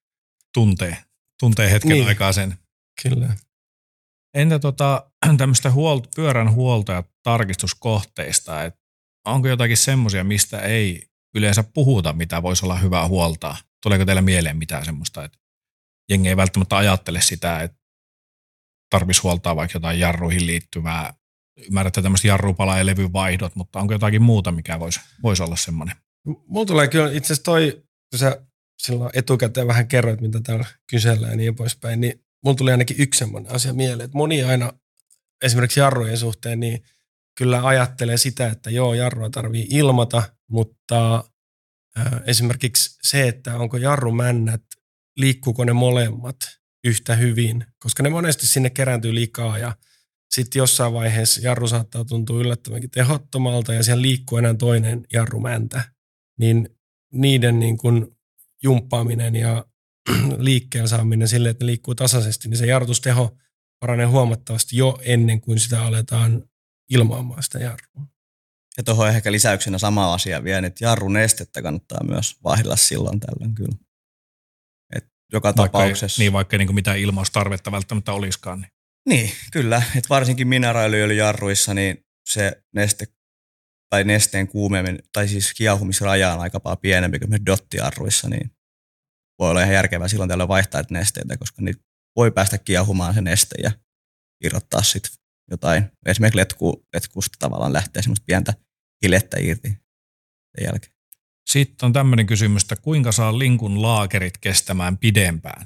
Tuntee hetken aikaa sen.
Kyllä.
Entä tämmöistä pyörän huolto- ja tarkistuskohteista, että onko jotakin semmoisia, mistä ei yleensä puhuta, mitä voisi olla hyvä huoltaa? Tuleeko teille mieleen mitään semmoista, että jengi ei välttämättä ajattele sitä, että tarvitsisi huoltaa vaikka jotain jarruihin liittyvää. Ymmärrätte tämmöistä jarrupala- ja levyvaihdot, mutta onko jotakin muuta, mikä voisi olla semmoinen?
Mulla tulee kyllä itse asiassa kun sä silloin etukäteen vähän kerroit, mitä täällä kysellään ja niin poispäin, niin mulla tuli ainakin yksi semmoinen asia mieleen, että moni aina esimerkiksi jarrujen suhteen niin kyllä ajattelee sitä, että joo, jarrua tarvii ilmata, mutta esimerkiksi se, että onko jarrumännät, liikkuuko ne molemmat yhtä hyvin, koska ne monesti sinne kerääntyy liikaa ja sitten jossain vaiheessa jarru saattaa tuntua yllättävänkin tehottomalta ja siellä liikkuu enää toinen jarrumäntä, niin niiden jumppaaminen ja liikkeellä saaminen silleen, että ne liikkuu tasaisesti, niin se jarrutusteho paranee huomattavasti jo ennen kuin sitä aletaan ilmaamaan sitä jarrua.
Ja tuohon ehkä lisäyksenä sama asia vielä, että jarrun estettä kannattaa myös vaihdella silloin tällöin kyllä. Et joka tapauksessa.
Vaikka ei mitään ilmaustarvetta välttämättä olisikaan.
Niin, kyllä. Et varsinkin mineraaliöljyjarruissa niin se nesteen kuumemmin, tai siis kiehumisraja on aika paljon pienempi kuin dottijarruissa, niin voi olla ihan järkevää silloin tällöin vaihtaa nesteitä, koska niitä voi päästä kiehumaan se neste ja irrottaa sitten jotain. Esimerkiksi letkusta tavallaan lähtee semmoista pientä hilettä irti sen jälkeen.
Sitten on tämmöinen kysymys, että kuinka saa linkun laakerit kestämään pidempään?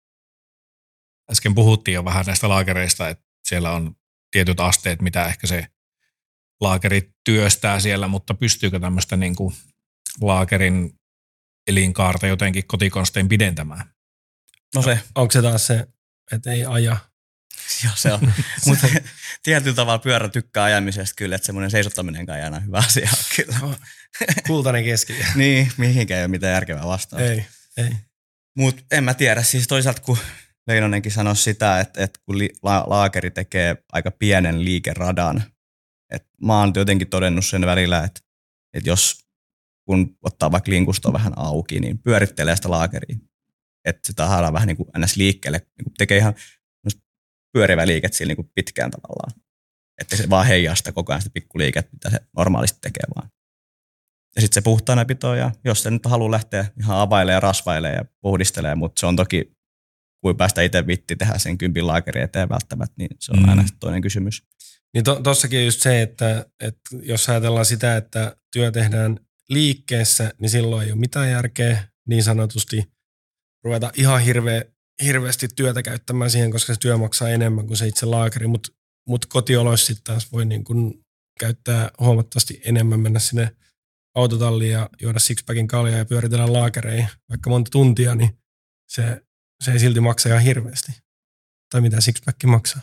Äsken puhuttiin jo vähän näistä laakereista, että siellä on tietyt asteet, mitä ehkä se laakeri työstää siellä, mutta pystyykö tämmöistä niin kuin laakerin elinkaarta jotenkin kotikonstein pidentämään?
No se.
Onko se taas se, että ei aja?
Joo, se on. Mutta tietyllä tavalla pyörä tykkää ajamisesta kyllä, että semmoinen seisottaminen ei aina hyvä asia kyllä.
Kultainen keski.
Niin, mihinkään ei ole mitään järkevää vastausta.
Ei.
Mutta en mä tiedä, siis toisaalta kun Leinonenkin sanoi sitä, että kun laakeri tekee aika pienen liikeradan, että mä oon jotenkin todennut sen välillä, että jos kun ottaa vaikka linkusto vähän auki, niin pyörittelee sitä laakeria, että sitä saadaan vähän niin kuin ns. Liikkeelle, niin kuin tekee ihan pyörivä liiket sillä niin kuin pitkään tavallaan, että se vaan heijastaa koko ajan sitä pikkuliiket, mitä se normaalisti tekee vaan. Ja sitten se puhtaanapito, ja jos se nyt haluaa lähteä ihan availemaan ja rasvailemaan ja puhdistelemaan, mutta se on toki, kun päästä itse vitti tehdä sen 10 laakerin eteen välttämättä, niin se on aina toinen kysymys.
Niin tossakin on just se, että jos ajatellaan sitä, että työ tehdään liikkeessä, niin silloin ei ole mitään järkeä niin sanotusti ruveta ihan hirveästi työtä käyttämään siihen, koska se työ maksaa enemmän kuin se itse laakeri, mutta kotioloissa sitten taas voi niin kun käyttää huomattavasti enemmän, mennä sinne autotalliin ja juoda sixpackin kaljaa ja pyöritellä laakereja vaikka monta tuntia, niin se ei silti maksa ihan hirveästi. Tai mitä sixpack maksaa.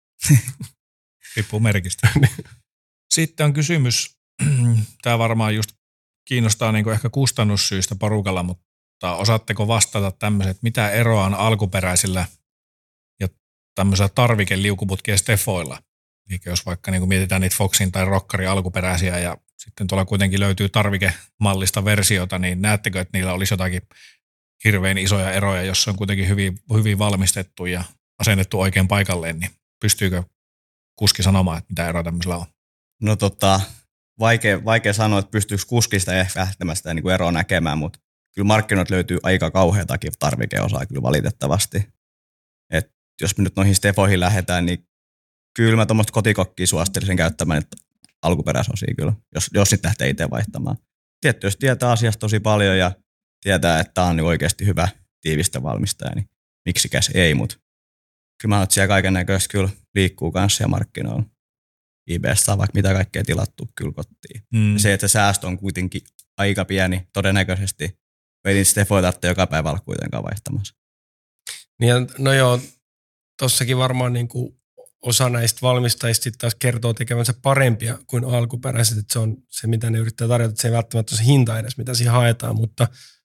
Riippuu merkistä. Sitten on kysymys, tämä varmaan just kiinnostaa niin kuin ehkä kustannussyistä porukalla, mutta osaatteko vastata tämmöiset, mitä eroa on alkuperäisillä ja tämmöisillä tarvikeliukuputkien stefoilla? Eli jos vaikka niin kuin mietitään niitä Foxin tai Rockarin alkuperäisiä ja sitten tuolla kuitenkin löytyy tarvikemallista versiota, niin näettekö, että niillä olisi jotakin hirveän isoja eroja, jos se on kuitenkin hyvin valmistettu ja asennettu oikein paikalleen, niin pystyykö kuski sanomaan, että mitä eroa tämmöisellä on?
No vaikea sanoa, että pystyykö kuskista ehkä sitä niin kuin eroa näkemään, mutta kyllä markkinoilta löytyy aika kauheatakin tarvikeosaa kyllä valitettavasti. Et jos me nyt noihin stefoihin lähdetään, niin kyllä mä tuommoista kotikokkia suosittelisin käyttämään alkuperäisosia kyllä, jos sitten lähtee itse vaihtamaan. Tietysti jos tietää asiasta tosi paljon ja tietää, että tämä on niin oikeasti hyvä tiivistä valmistaja, niin miksikäs ei, mutta kyllä mä oon siellä kaiken näköistä kyllä liikkuu kanssa ja markkinoilla. eBaystä saa vaikka mitä kaikkea tilattu kyllä kotiin. Ja se, että se säästö on kuitenkin aika pieni, todennäköisesti ei Stefo tarvitse joka päivä olla kuitenkaan vaihtamassa.
Niin, no joo, tossakin varmaan niin kuin osa näistä valmistajista taas kertoo tekevänsä parempia kuin alkuperäiset, että se on se, mitä ne yrittää tarjota, että se ei välttämättä ole se hinta edes, mitä siihen haetaan, mutta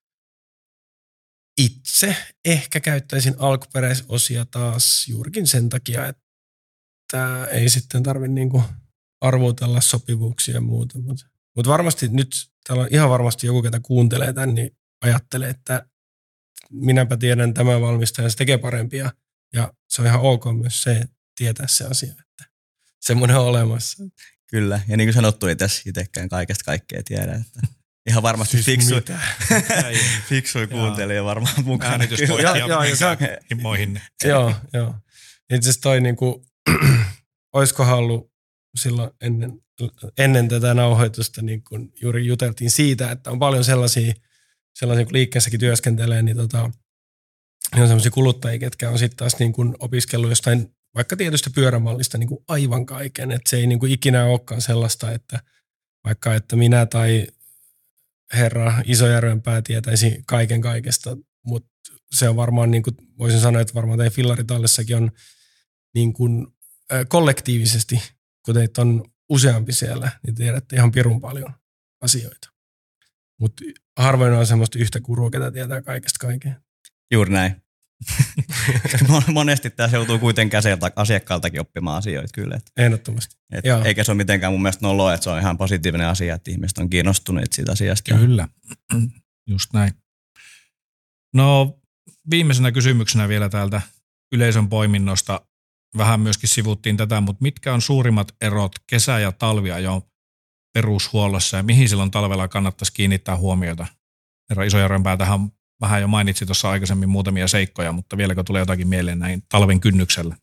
itse ehkä käyttäisin alkuperäisosia taas juurikin sen takia, että ei sitten tarvitse niinku arvotella sopivuuksia ja muuta. Mutta varmasti nyt, täällä on ihan varmasti joku, ketä kuuntelee tämän, niin ajattelee, että minäpä tiedän tämän valmistajan, se tekee parempia. Ja se on ihan ok myös se, tietää se asia, että semmoinen on olemassa.
Kyllä, ja niin kuin sanottu, ei tässä itsekään kaikesta kaikkea tiedä, että ihan varmasti fiksui kuuntelija varmaan mukaan.
Himmoihin.
Joo. Itse asiassa toi niinku, olisikohan ollut silloin ennen tätä nauhoitusta, niin kun juuri juteltiin siitä, että on paljon sellaisia kun liikkeessäkin työskentelee, niin on sellaisia kuluttajia, ketkä on sitten taas niin kun opiskellut jostain vaikka tietystä pyörämallista niin kuin aivan kaiken. Että se ei niin kuin ikinä olekaan sellaista, että vaikka että minä tai herra Isojärvenpää tietäisi kaiken kaikesta, mutta se on varmaan, niin kuin voisin sanoa, että varmaan teidän fillaritallessakin on niin kuin kollektiivisesti, kun teitä on useampi siellä, niin tiedätte ihan pirun paljon asioita. Mutta harvoin on semmoista yhtä kurua, ketä tietää kaikesta kaiken.
Juuri näin. Monesti tämä joutuu kuitenkin asiakkaaltakin oppimaan asioita kyllä.
Ehdottomasti.
Eikä se ole mitenkään mun mielestä noloa, että se on ihan positiivinen asia, että ihmiset on kiinnostuneet siitä asiasta.
Kyllä, just näin. No viimeisenä kysymyksenä vielä täältä yleisön poiminnosta. Vähän myöskin sivuttiin tätä, mutta mitkä on suurimmat erot kesä- ja talviajon perushuollossa ja mihin silloin talvella kannattaisi kiinnittää huomiota? Herra Isojärvenpää tähän vähän jo mainitsi tuossa aikaisemmin muutamia seikkoja, mutta vieläkö tulee jotakin mieleen näin talven kynnyksellä?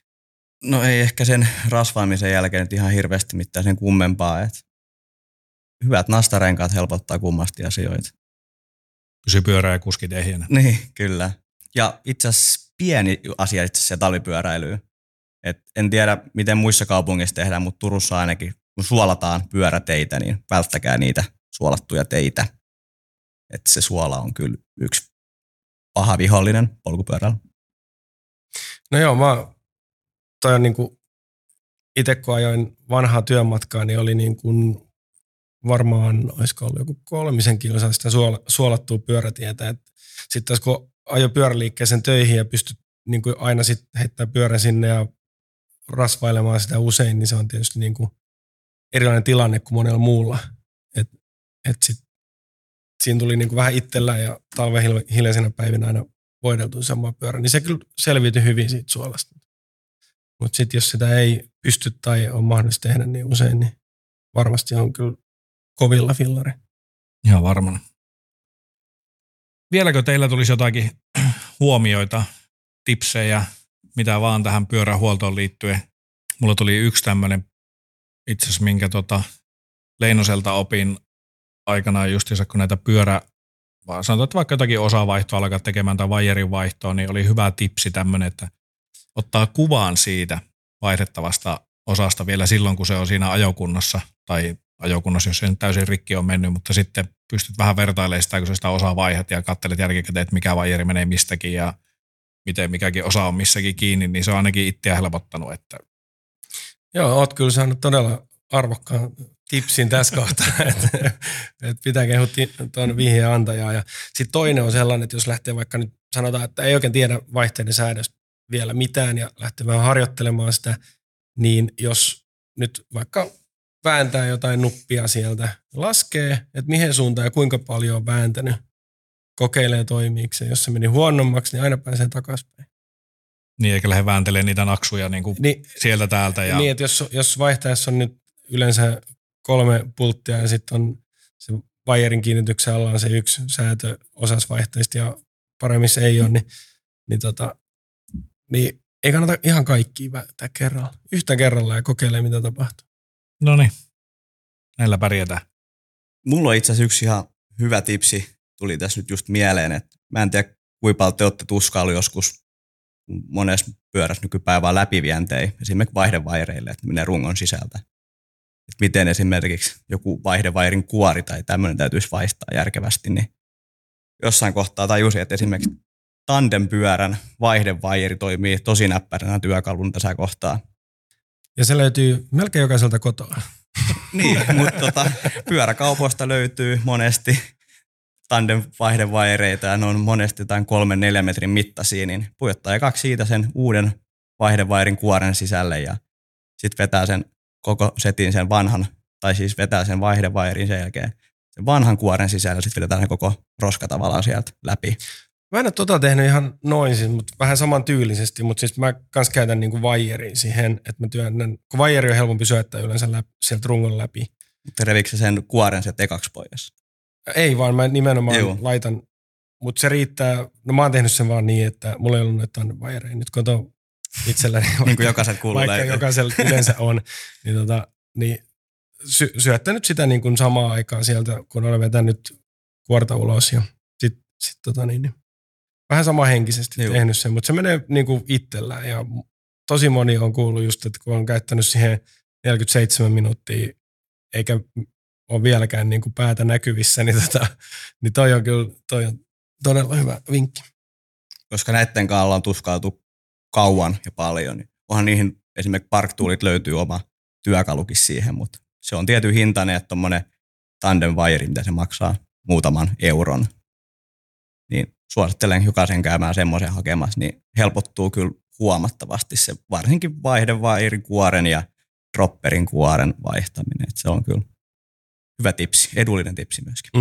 No ei ehkä sen rasvaamisen jälkeen nyt ihan hirveästi mitään sen kummempaa. hyvät nastarenkaat helpottaa kummasti asioita.
Pysy pyörä ja kuskit ehjänä.
Niin, kyllä. Ja itse asiassa pieni asia itse asiassa talvipyöräilyyn. En tiedä, miten muissa kaupungeissa tehdään, mutta Turussa ainakin, kun suolataan pyöräteitä, niin välttäkää niitä suolattuja teitä. Että se suola on kyllä yksi paha vihollinen polkupyörällä.
No joo, toi on niinku, itse kun ajoin vanhaa työmatkaa, niin oli niin kuin varmaan, olisiko ollut joku 3 kilsaa sitä suolattua pyörätietä. Sitten kun ajo pyöräliikkeeseen töihin ja pystyt niin kuin aina sit heittämään pyörän sinne ja rasvailemaan sitä usein, niin se on tietysti niin kuin erilainen tilanne kuin monella muulla. Siinä tuli niin kuin vähän itsellä ja talven hiljaisena päivinä aina voideltu samaa pyörää, niin se kyllä selviytyi hyvin siitä suolasta. Mutta sitten jos sitä ei pysty tai on mahdollista tehdä niin usein, niin varmasti on kyllä kovilla fillari.
Ihan varmana. Vieläkö teillä tulisi jotakin huomioita, tipsejä, mitä vaan tähän pyörähuoltoon liittyen? Mulla tuli yksi tämmöinen itse asiassa, minkä Leinoselta opin aikanaan justiinsa, kun näitä sanotaan, että vaikka jotakin osavaihtoa alkaa tekemään tai vaijerin vaihtoa, niin oli hyvä tipsi tämmöinen, että ottaa kuvan siitä vaihdettavasta osasta vielä silloin, kun se on siinä ajokunnossa, tai ajokunnossa, jos se täysin rikki on mennyt, mutta sitten pystyt vähän vertailemaan sitä, kun sä sitä osaa vaihdat ja katselet jälkikäteen, että mikä vaijeri menee mistäkin ja miten mikäkin osa on missäkin kiinni, niin se on ainakin itseä helpottanut. Että...
Joo, oot kyllä saanut todella arvokkaan tipsin tässä kohtaa, että pitää kehua tuon vihjeen antajaa. Ja sitten toinen on sellainen, että jos lähtee vaikka nyt sanotaan, että ei oikein tiedä vaihteiden säädöstä vielä mitään ja lähtee vähän harjoittelemaan sitä, niin jos nyt vaikka vääntää jotain nuppia sieltä, laskee, että mihin suuntaan ja kuinka paljon on vääntänyt, kokeilee toimiiko se. Jos se meni huonommaksi, niin aina pääsee takaisinpäin.
Niin, eikä lähde vääntelemään niitä naksuja niin sieltä täältä. Ja...
Niin, että jos vaihtajassa on nyt yleensä 3 pulttia ja sitten on se vaijerin kiinnityksen alla on se yksi säätö osassa vaihtajista ja paremmissa ei ole, niin ei kannata ihan kaikkia vääntää kerralla. Yhtä kerralla ja kokeilee, mitä tapahtuu.
No niin, näillä pärjätään.
Mulla on itse asiassa yksi ihan hyvä tipsi, tuli tässä nyt just mieleen, että mä en tiedä, kuinka paljon te olette tuskailu joskus monessa pyörässä nykypäivää läpivientejä, esimerkiksi vaihdevaireille, että menee rungon sisältä. Että miten esimerkiksi joku vaihdevairin kuori tai tämmöinen täytyisi vaihtaa järkevästi, niin jossain kohtaa tajusin, että esimerkiksi tandempyörän vaihdevaijeri toimii tosi näppäränä työkalun tässä kohtaa.
Ja se löytyy melkein jokaiselta kotoa.
Niin, mutta pyöräkaupoista löytyy monesti tandem-vaihdevaireita ja ne on monesti jotain 3-4 metrin mittaisia, niin pujottaa ekaksi siitä sen uuden vaihdevairin kuoren sisälle ja sitten vetää sen koko setin sen vanhan, tai siis vetää sen vaihdevairin sen jälkeen sen vanhan kuoren sisälle ja sitten vedetään sen koko roska tavallaan sieltä läpi.
Mä en ole tehnyt ihan noin, siis, mutta vähän samantyylisesti, mutta siis mä kans käytän niinku vaijerin siihen, että mä työnnän, kun vaijeri on helpompi syöttää yleensä sieltä rungon läpi.
Mutta revikö sen kuoren sieltä ekaksi pois?
Ei vaan, mä nimenomaan laitan, mutta se riittää, no mä oon tehnyt sen vaan niin, että mulla ei ollut noita vaijereja, nyt kun on itselläni,
niin kuin jokaiselta kuuluu
vaikka jokaisella yleensä on, niin syöttänyt sitä niin kuin samaan aikaan sieltä, kun olen vetänyt kuorta ulos ja sitten vähän samanhenkisesti tehnyt sen, mutta se menee niin kuin itsellään ja tosi moni on kuullut just, että kun on käyttänyt siihen 47 minuuttia eikä ole vieläkään niin kuin päätä näkyvissä, niin toi on todella hyvä vinkki.
Koska näitten kanssa ollaan tuskailtu kauan ja paljon, niin onhan niihin esimerkiksi Park-tuulit löytyy oma työkalukin siihen, mutta se on tietyn hintainen, että tommonen tandem-vaieri, mitä se maksaa muutaman euron, niin suosittelen jokaisen käymään semmoisen hakemassa, niin helpottuu kyllä huomattavasti se varsinkin vaihdevairin kuoren ja dropperin kuoren vaihtaminen. Et se on kyllä hyvä tipsi, edullinen tipsi myöskin.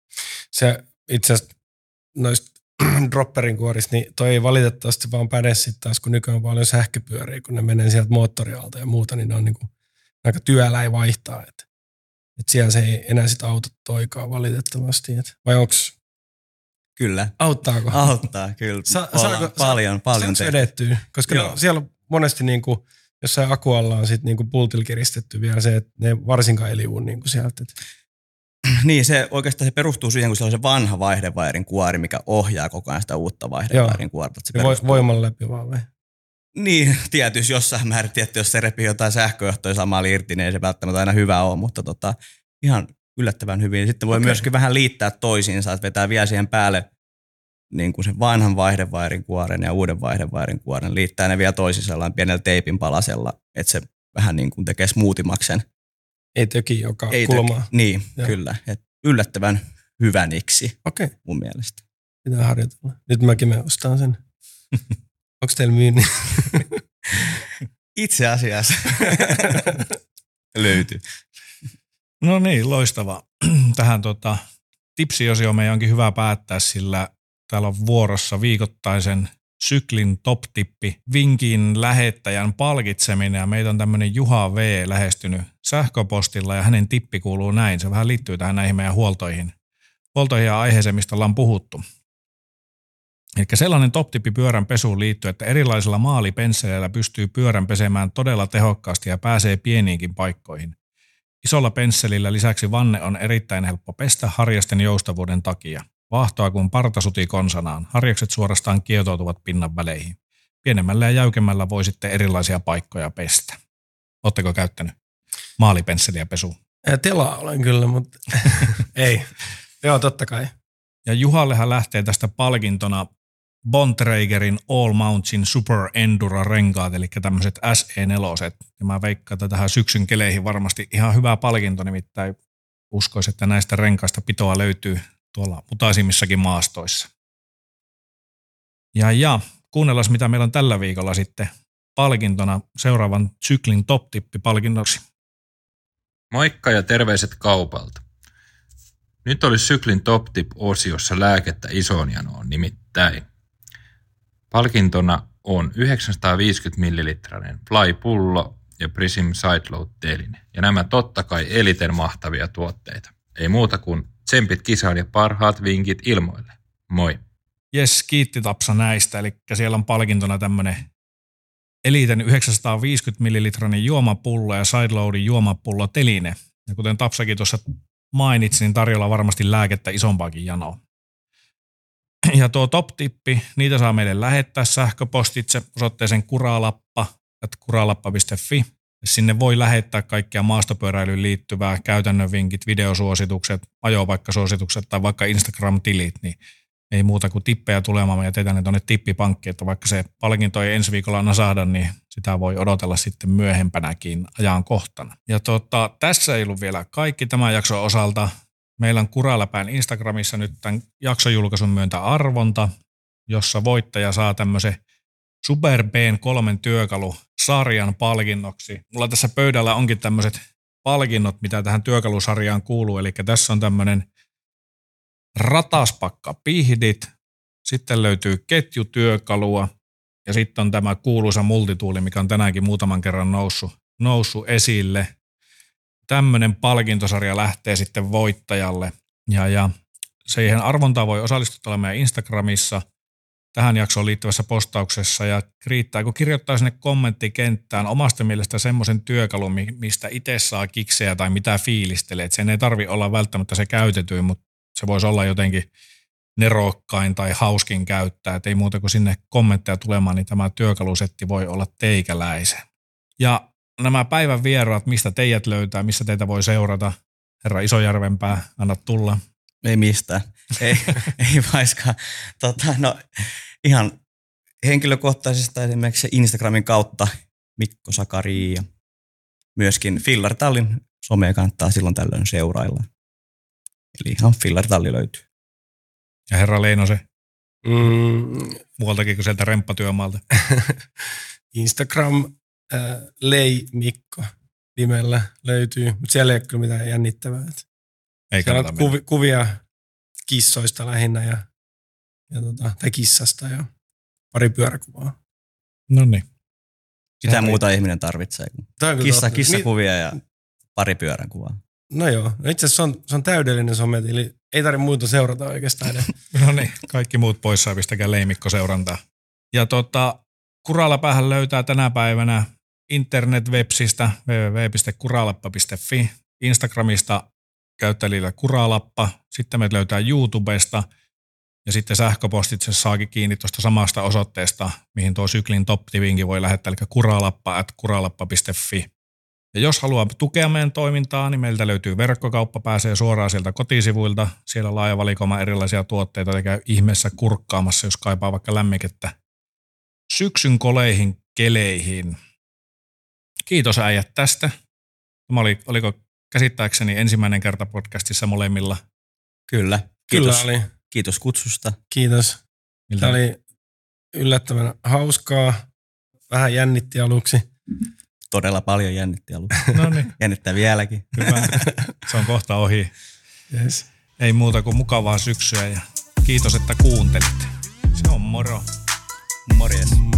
Se itse asiassa noista dropperin kuorista, niin toi ei valitettavasti vaan päde sitten taas, kun nykyään on paljon sähköpyöriä, kun ne menee sieltä moottorialta ja muuta, niin ne on niinku aika työläin vaihtaa. Et siellä se ei enää sitä auta toikaan valitettavasti. Vai onks?
Kyllä.
Auttaako?
Auttaa, kyllä. Paljon
vedettyä, koska siellä on monesti niinku, jossain akualla on sitten niinku pultilla kiristetty vielä se, että ne varsinkaan ei liu niinku sieltä.
Niin, se oikeastaan se perustuu siihen, kun se on se vanha vaihdevairin kuori, mikä ohjaa koko ajan sitä uutta vaihdevairin kuorta.
Voiman läpi vaan vai?
Niin, tietysti jossain määrin, tietysti jos se repii jotain sähköjohtoja samalla irti, niin ei se välttämättä aina hyvä ole, mutta ihan yllättävän hyvin. Sitten voi myöskin vähän liittää toisiinsa, että vetää vielä siihen päälle niin kuin sen vanhan vaihdevairin kuoren ja uuden vaihdevairin kuoren, liittää ne vielä toisisellaan pienellä teipin palasella, että se vähän niin kuin tekee smoothimaksen.
Ei töki joka kulmaa.
Niin, kyllä. Et yllättävän hyväniksi mun mielestä.
Pitää harjoitella. Nyt mäkin me ostan sen. Onko teillä myynnin?
Itse asiassa löytyy.
No niin, loistava. Tähän tipsiosioon meidän onkin hyvä päättää, sillä täällä on vuorossa viikoittaisen syklin top-tippi vinkin lähettäjän palkitseminen. Ja meitä on tämmöinen Juha V. lähestynyt sähköpostilla ja hänen tippi kuuluu näin. Se vähän liittyy tähän näihin meidän huoltoihin ja aiheeseen, mistä ollaan puhuttu. Eli sellainen top-tippi pyörän pesuun liittyy, että erilaisilla maalipensseleillä pystyy pyörän pesemään todella tehokkaasti ja pääsee pieniinkin paikkoihin. Isolla pensselillä lisäksi vanne on erittäin helppo pestä harjasten joustavuuden takia. Vaahtoa kuin partasuti konsanaan. Harjakset suorastaan kietoutuvat pinnan väleihin. Pienemmällä ja jäykemmällä voi sitten erilaisia paikkoja pestä. Oletteko käyttänyt maalipensseliä pesuun?
Telaa olen kyllä, mutta ei. Joo, totta kai.
Ja Juhallehan lähtee tästä palkintona Bontragerin All Mountsin Super Enduro-renkaat, eli tämmöiset SE4. Ja mä veikkaan, että tähän syksyn keleihin varmasti ihan hyvä palkinto, nimittäin uskoisin, että näistä renkaista pitoa löytyy tuolla mutaisimmissakin maastoissa. Ja kuunnellaan, mitä meillä on tällä viikolla sitten palkintona seuraavan syklin top-tippi-palkinnoksi.
Moikka ja terveiset kaupalta. Nyt olisi syklin top-tip-osiossa lääkettä isoon janoon nimittäin. Palkintona on 950 millilitrainen Fly-pullo ja Prism Sideload-teline. Ja nämä totta kai eliten mahtavia tuotteita. Ei muuta kuin tsempit kisaan ja parhaat vinkit ilmoille. Moi.
Jes, kiitti Tapsa näistä. Eli siellä on palkintona tämmöinen eliten 950 millilitrainen juomapullo ja Sideloadin juomapullo teline. Ja kuten Tapsakin tuossa mainitsi, niin tarjolla on varmasti lääkettä isompaakin janoa. Ja tuo top-tippi, niitä saa meille lähettää sähköpostitse osoitteeseen kuralappa@kuralappa.fi. Sinne voi lähettää kaikkia maastopyöräilyyn liittyvää käytännön vinkit, videosuositukset, ajopaikkasuositukset tai vaikka Instagram-tilit, niin ei muuta kuin tippejä tulemaan ja jätetään ne tuonne tippipankkiin, että vaikka se palkinto ei ensi viikolla nasahda, niin sitä voi odotella sitten myöhempänäkin ajankohtana. Ja tässä ei ollut vielä kaikki tämän jakson osalta. Meillä on Kuraläpään Instagramissa nyt tämän jaksojulkaisun myöntä arvonta, jossa voittaja saa tämmöisen Super B3 työkalusarjan palkinnoksi. Mulla tässä pöydällä onkin tämmöiset palkinnot, mitä tähän työkalusarjaan kuuluu. Eli tässä on tämmöinen rataspakka pihdit, sitten löytyy ketjutyökalua ja sitten on tämä kuuluisa multituuli, mikä on tänäänkin muutaman kerran noussut esille. Tämmöinen palkintosarja lähtee sitten voittajalle ja siihen arvontaan voi osallistua tällä meidän Instagramissa tähän jaksoon liittyvässä postauksessa ja riittää, kun kirjoittaa sinne kommenttikenttään omasta mielestä semmoisen työkalun, mistä itse saa kiksejä tai mitä fiilistelee. Et sen ei tarvitse olla välttämättä se käytetyin, mutta se voisi olla jotenkin nerokkain tai hauskin käyttää. Et ei muuta kuin sinne kommentteja tulemaan, niin tämä työkalusetti voi olla teikäläisen. Ja nämä päivän vieraat, mistä teidät löytää, missä teitä voi seurata. Herra Isojärvenpää, anna tulla.
Ei mistään. ei vaiskaan. No ihan henkilökohtaisesta esimerkiksi Instagramin kautta Mikko Sakari ja myöskin Fillartallin somea kannattaa silloin tällöin seurailla. Eli ihan Fillartalli löytyy.
Ja herra Leinosen? Muualtakin kuin sieltä remppatyömaalta.
Instagram Lei Mikko nimellä löytyy, mutta siellä ei ole kyllä mitään jännittävää.
Ei
siellä on kuvia kissoista lähinnä tai kissasta ja pari pyöräkuvaa.
No niin.
Mitä muuta ihminen tarvitsee? Kissakuvia ja pari pyöräkuvaa.
No joo, itse asiassa se on täydellinen sometili. Ei tarvitse muuta seurata oikeastaan.
No niin, kaikki muut poissa, pistäkää Leimikko seurantaa. Ja Kuraläpäähän löytää tänä päivänä internet-websistä www.kuralappa.fi, Instagramista käyttäjillä Kuralappa. Sitten meitä löytää YouTubesta ja sitten sähköpostitse saakin kiinni tuosta samasta osoitteesta, mihin tuo Syklin Top-tivinkin voi lähettää, eli kuralappa@kuralappa.fi. Ja jos haluaa tukea meidän toimintaa, niin meiltä löytyy verkkokauppa, pääsee suoraan sieltä kotisivuilta. Siellä on laaja valikoima erilaisia tuotteita, ja käy ihmeessä kurkkaamassa, jos kaipaa vaikka lämmikettä syksyn koleihin keleihin. Kiitos äijät tästä. Tämä oliko käsittääkseni ensimmäinen kerta podcastissa molemmilla?
Kyllä.
Kyllä
Kiitos.
oli.
Kiitos kutsusta.
Kiitos. Tämä oli yllättävän hauskaa. Vähän jännitti aluksi.
Todella paljon jännitti aluksi.
No niin.
Jännittää vieläkin.
Hyvä. Se on kohta ohi.
Yes.
Ei muuta kuin mukavaa syksyä ja kiitos, että kuuntelit. Se on moro.
Morjes.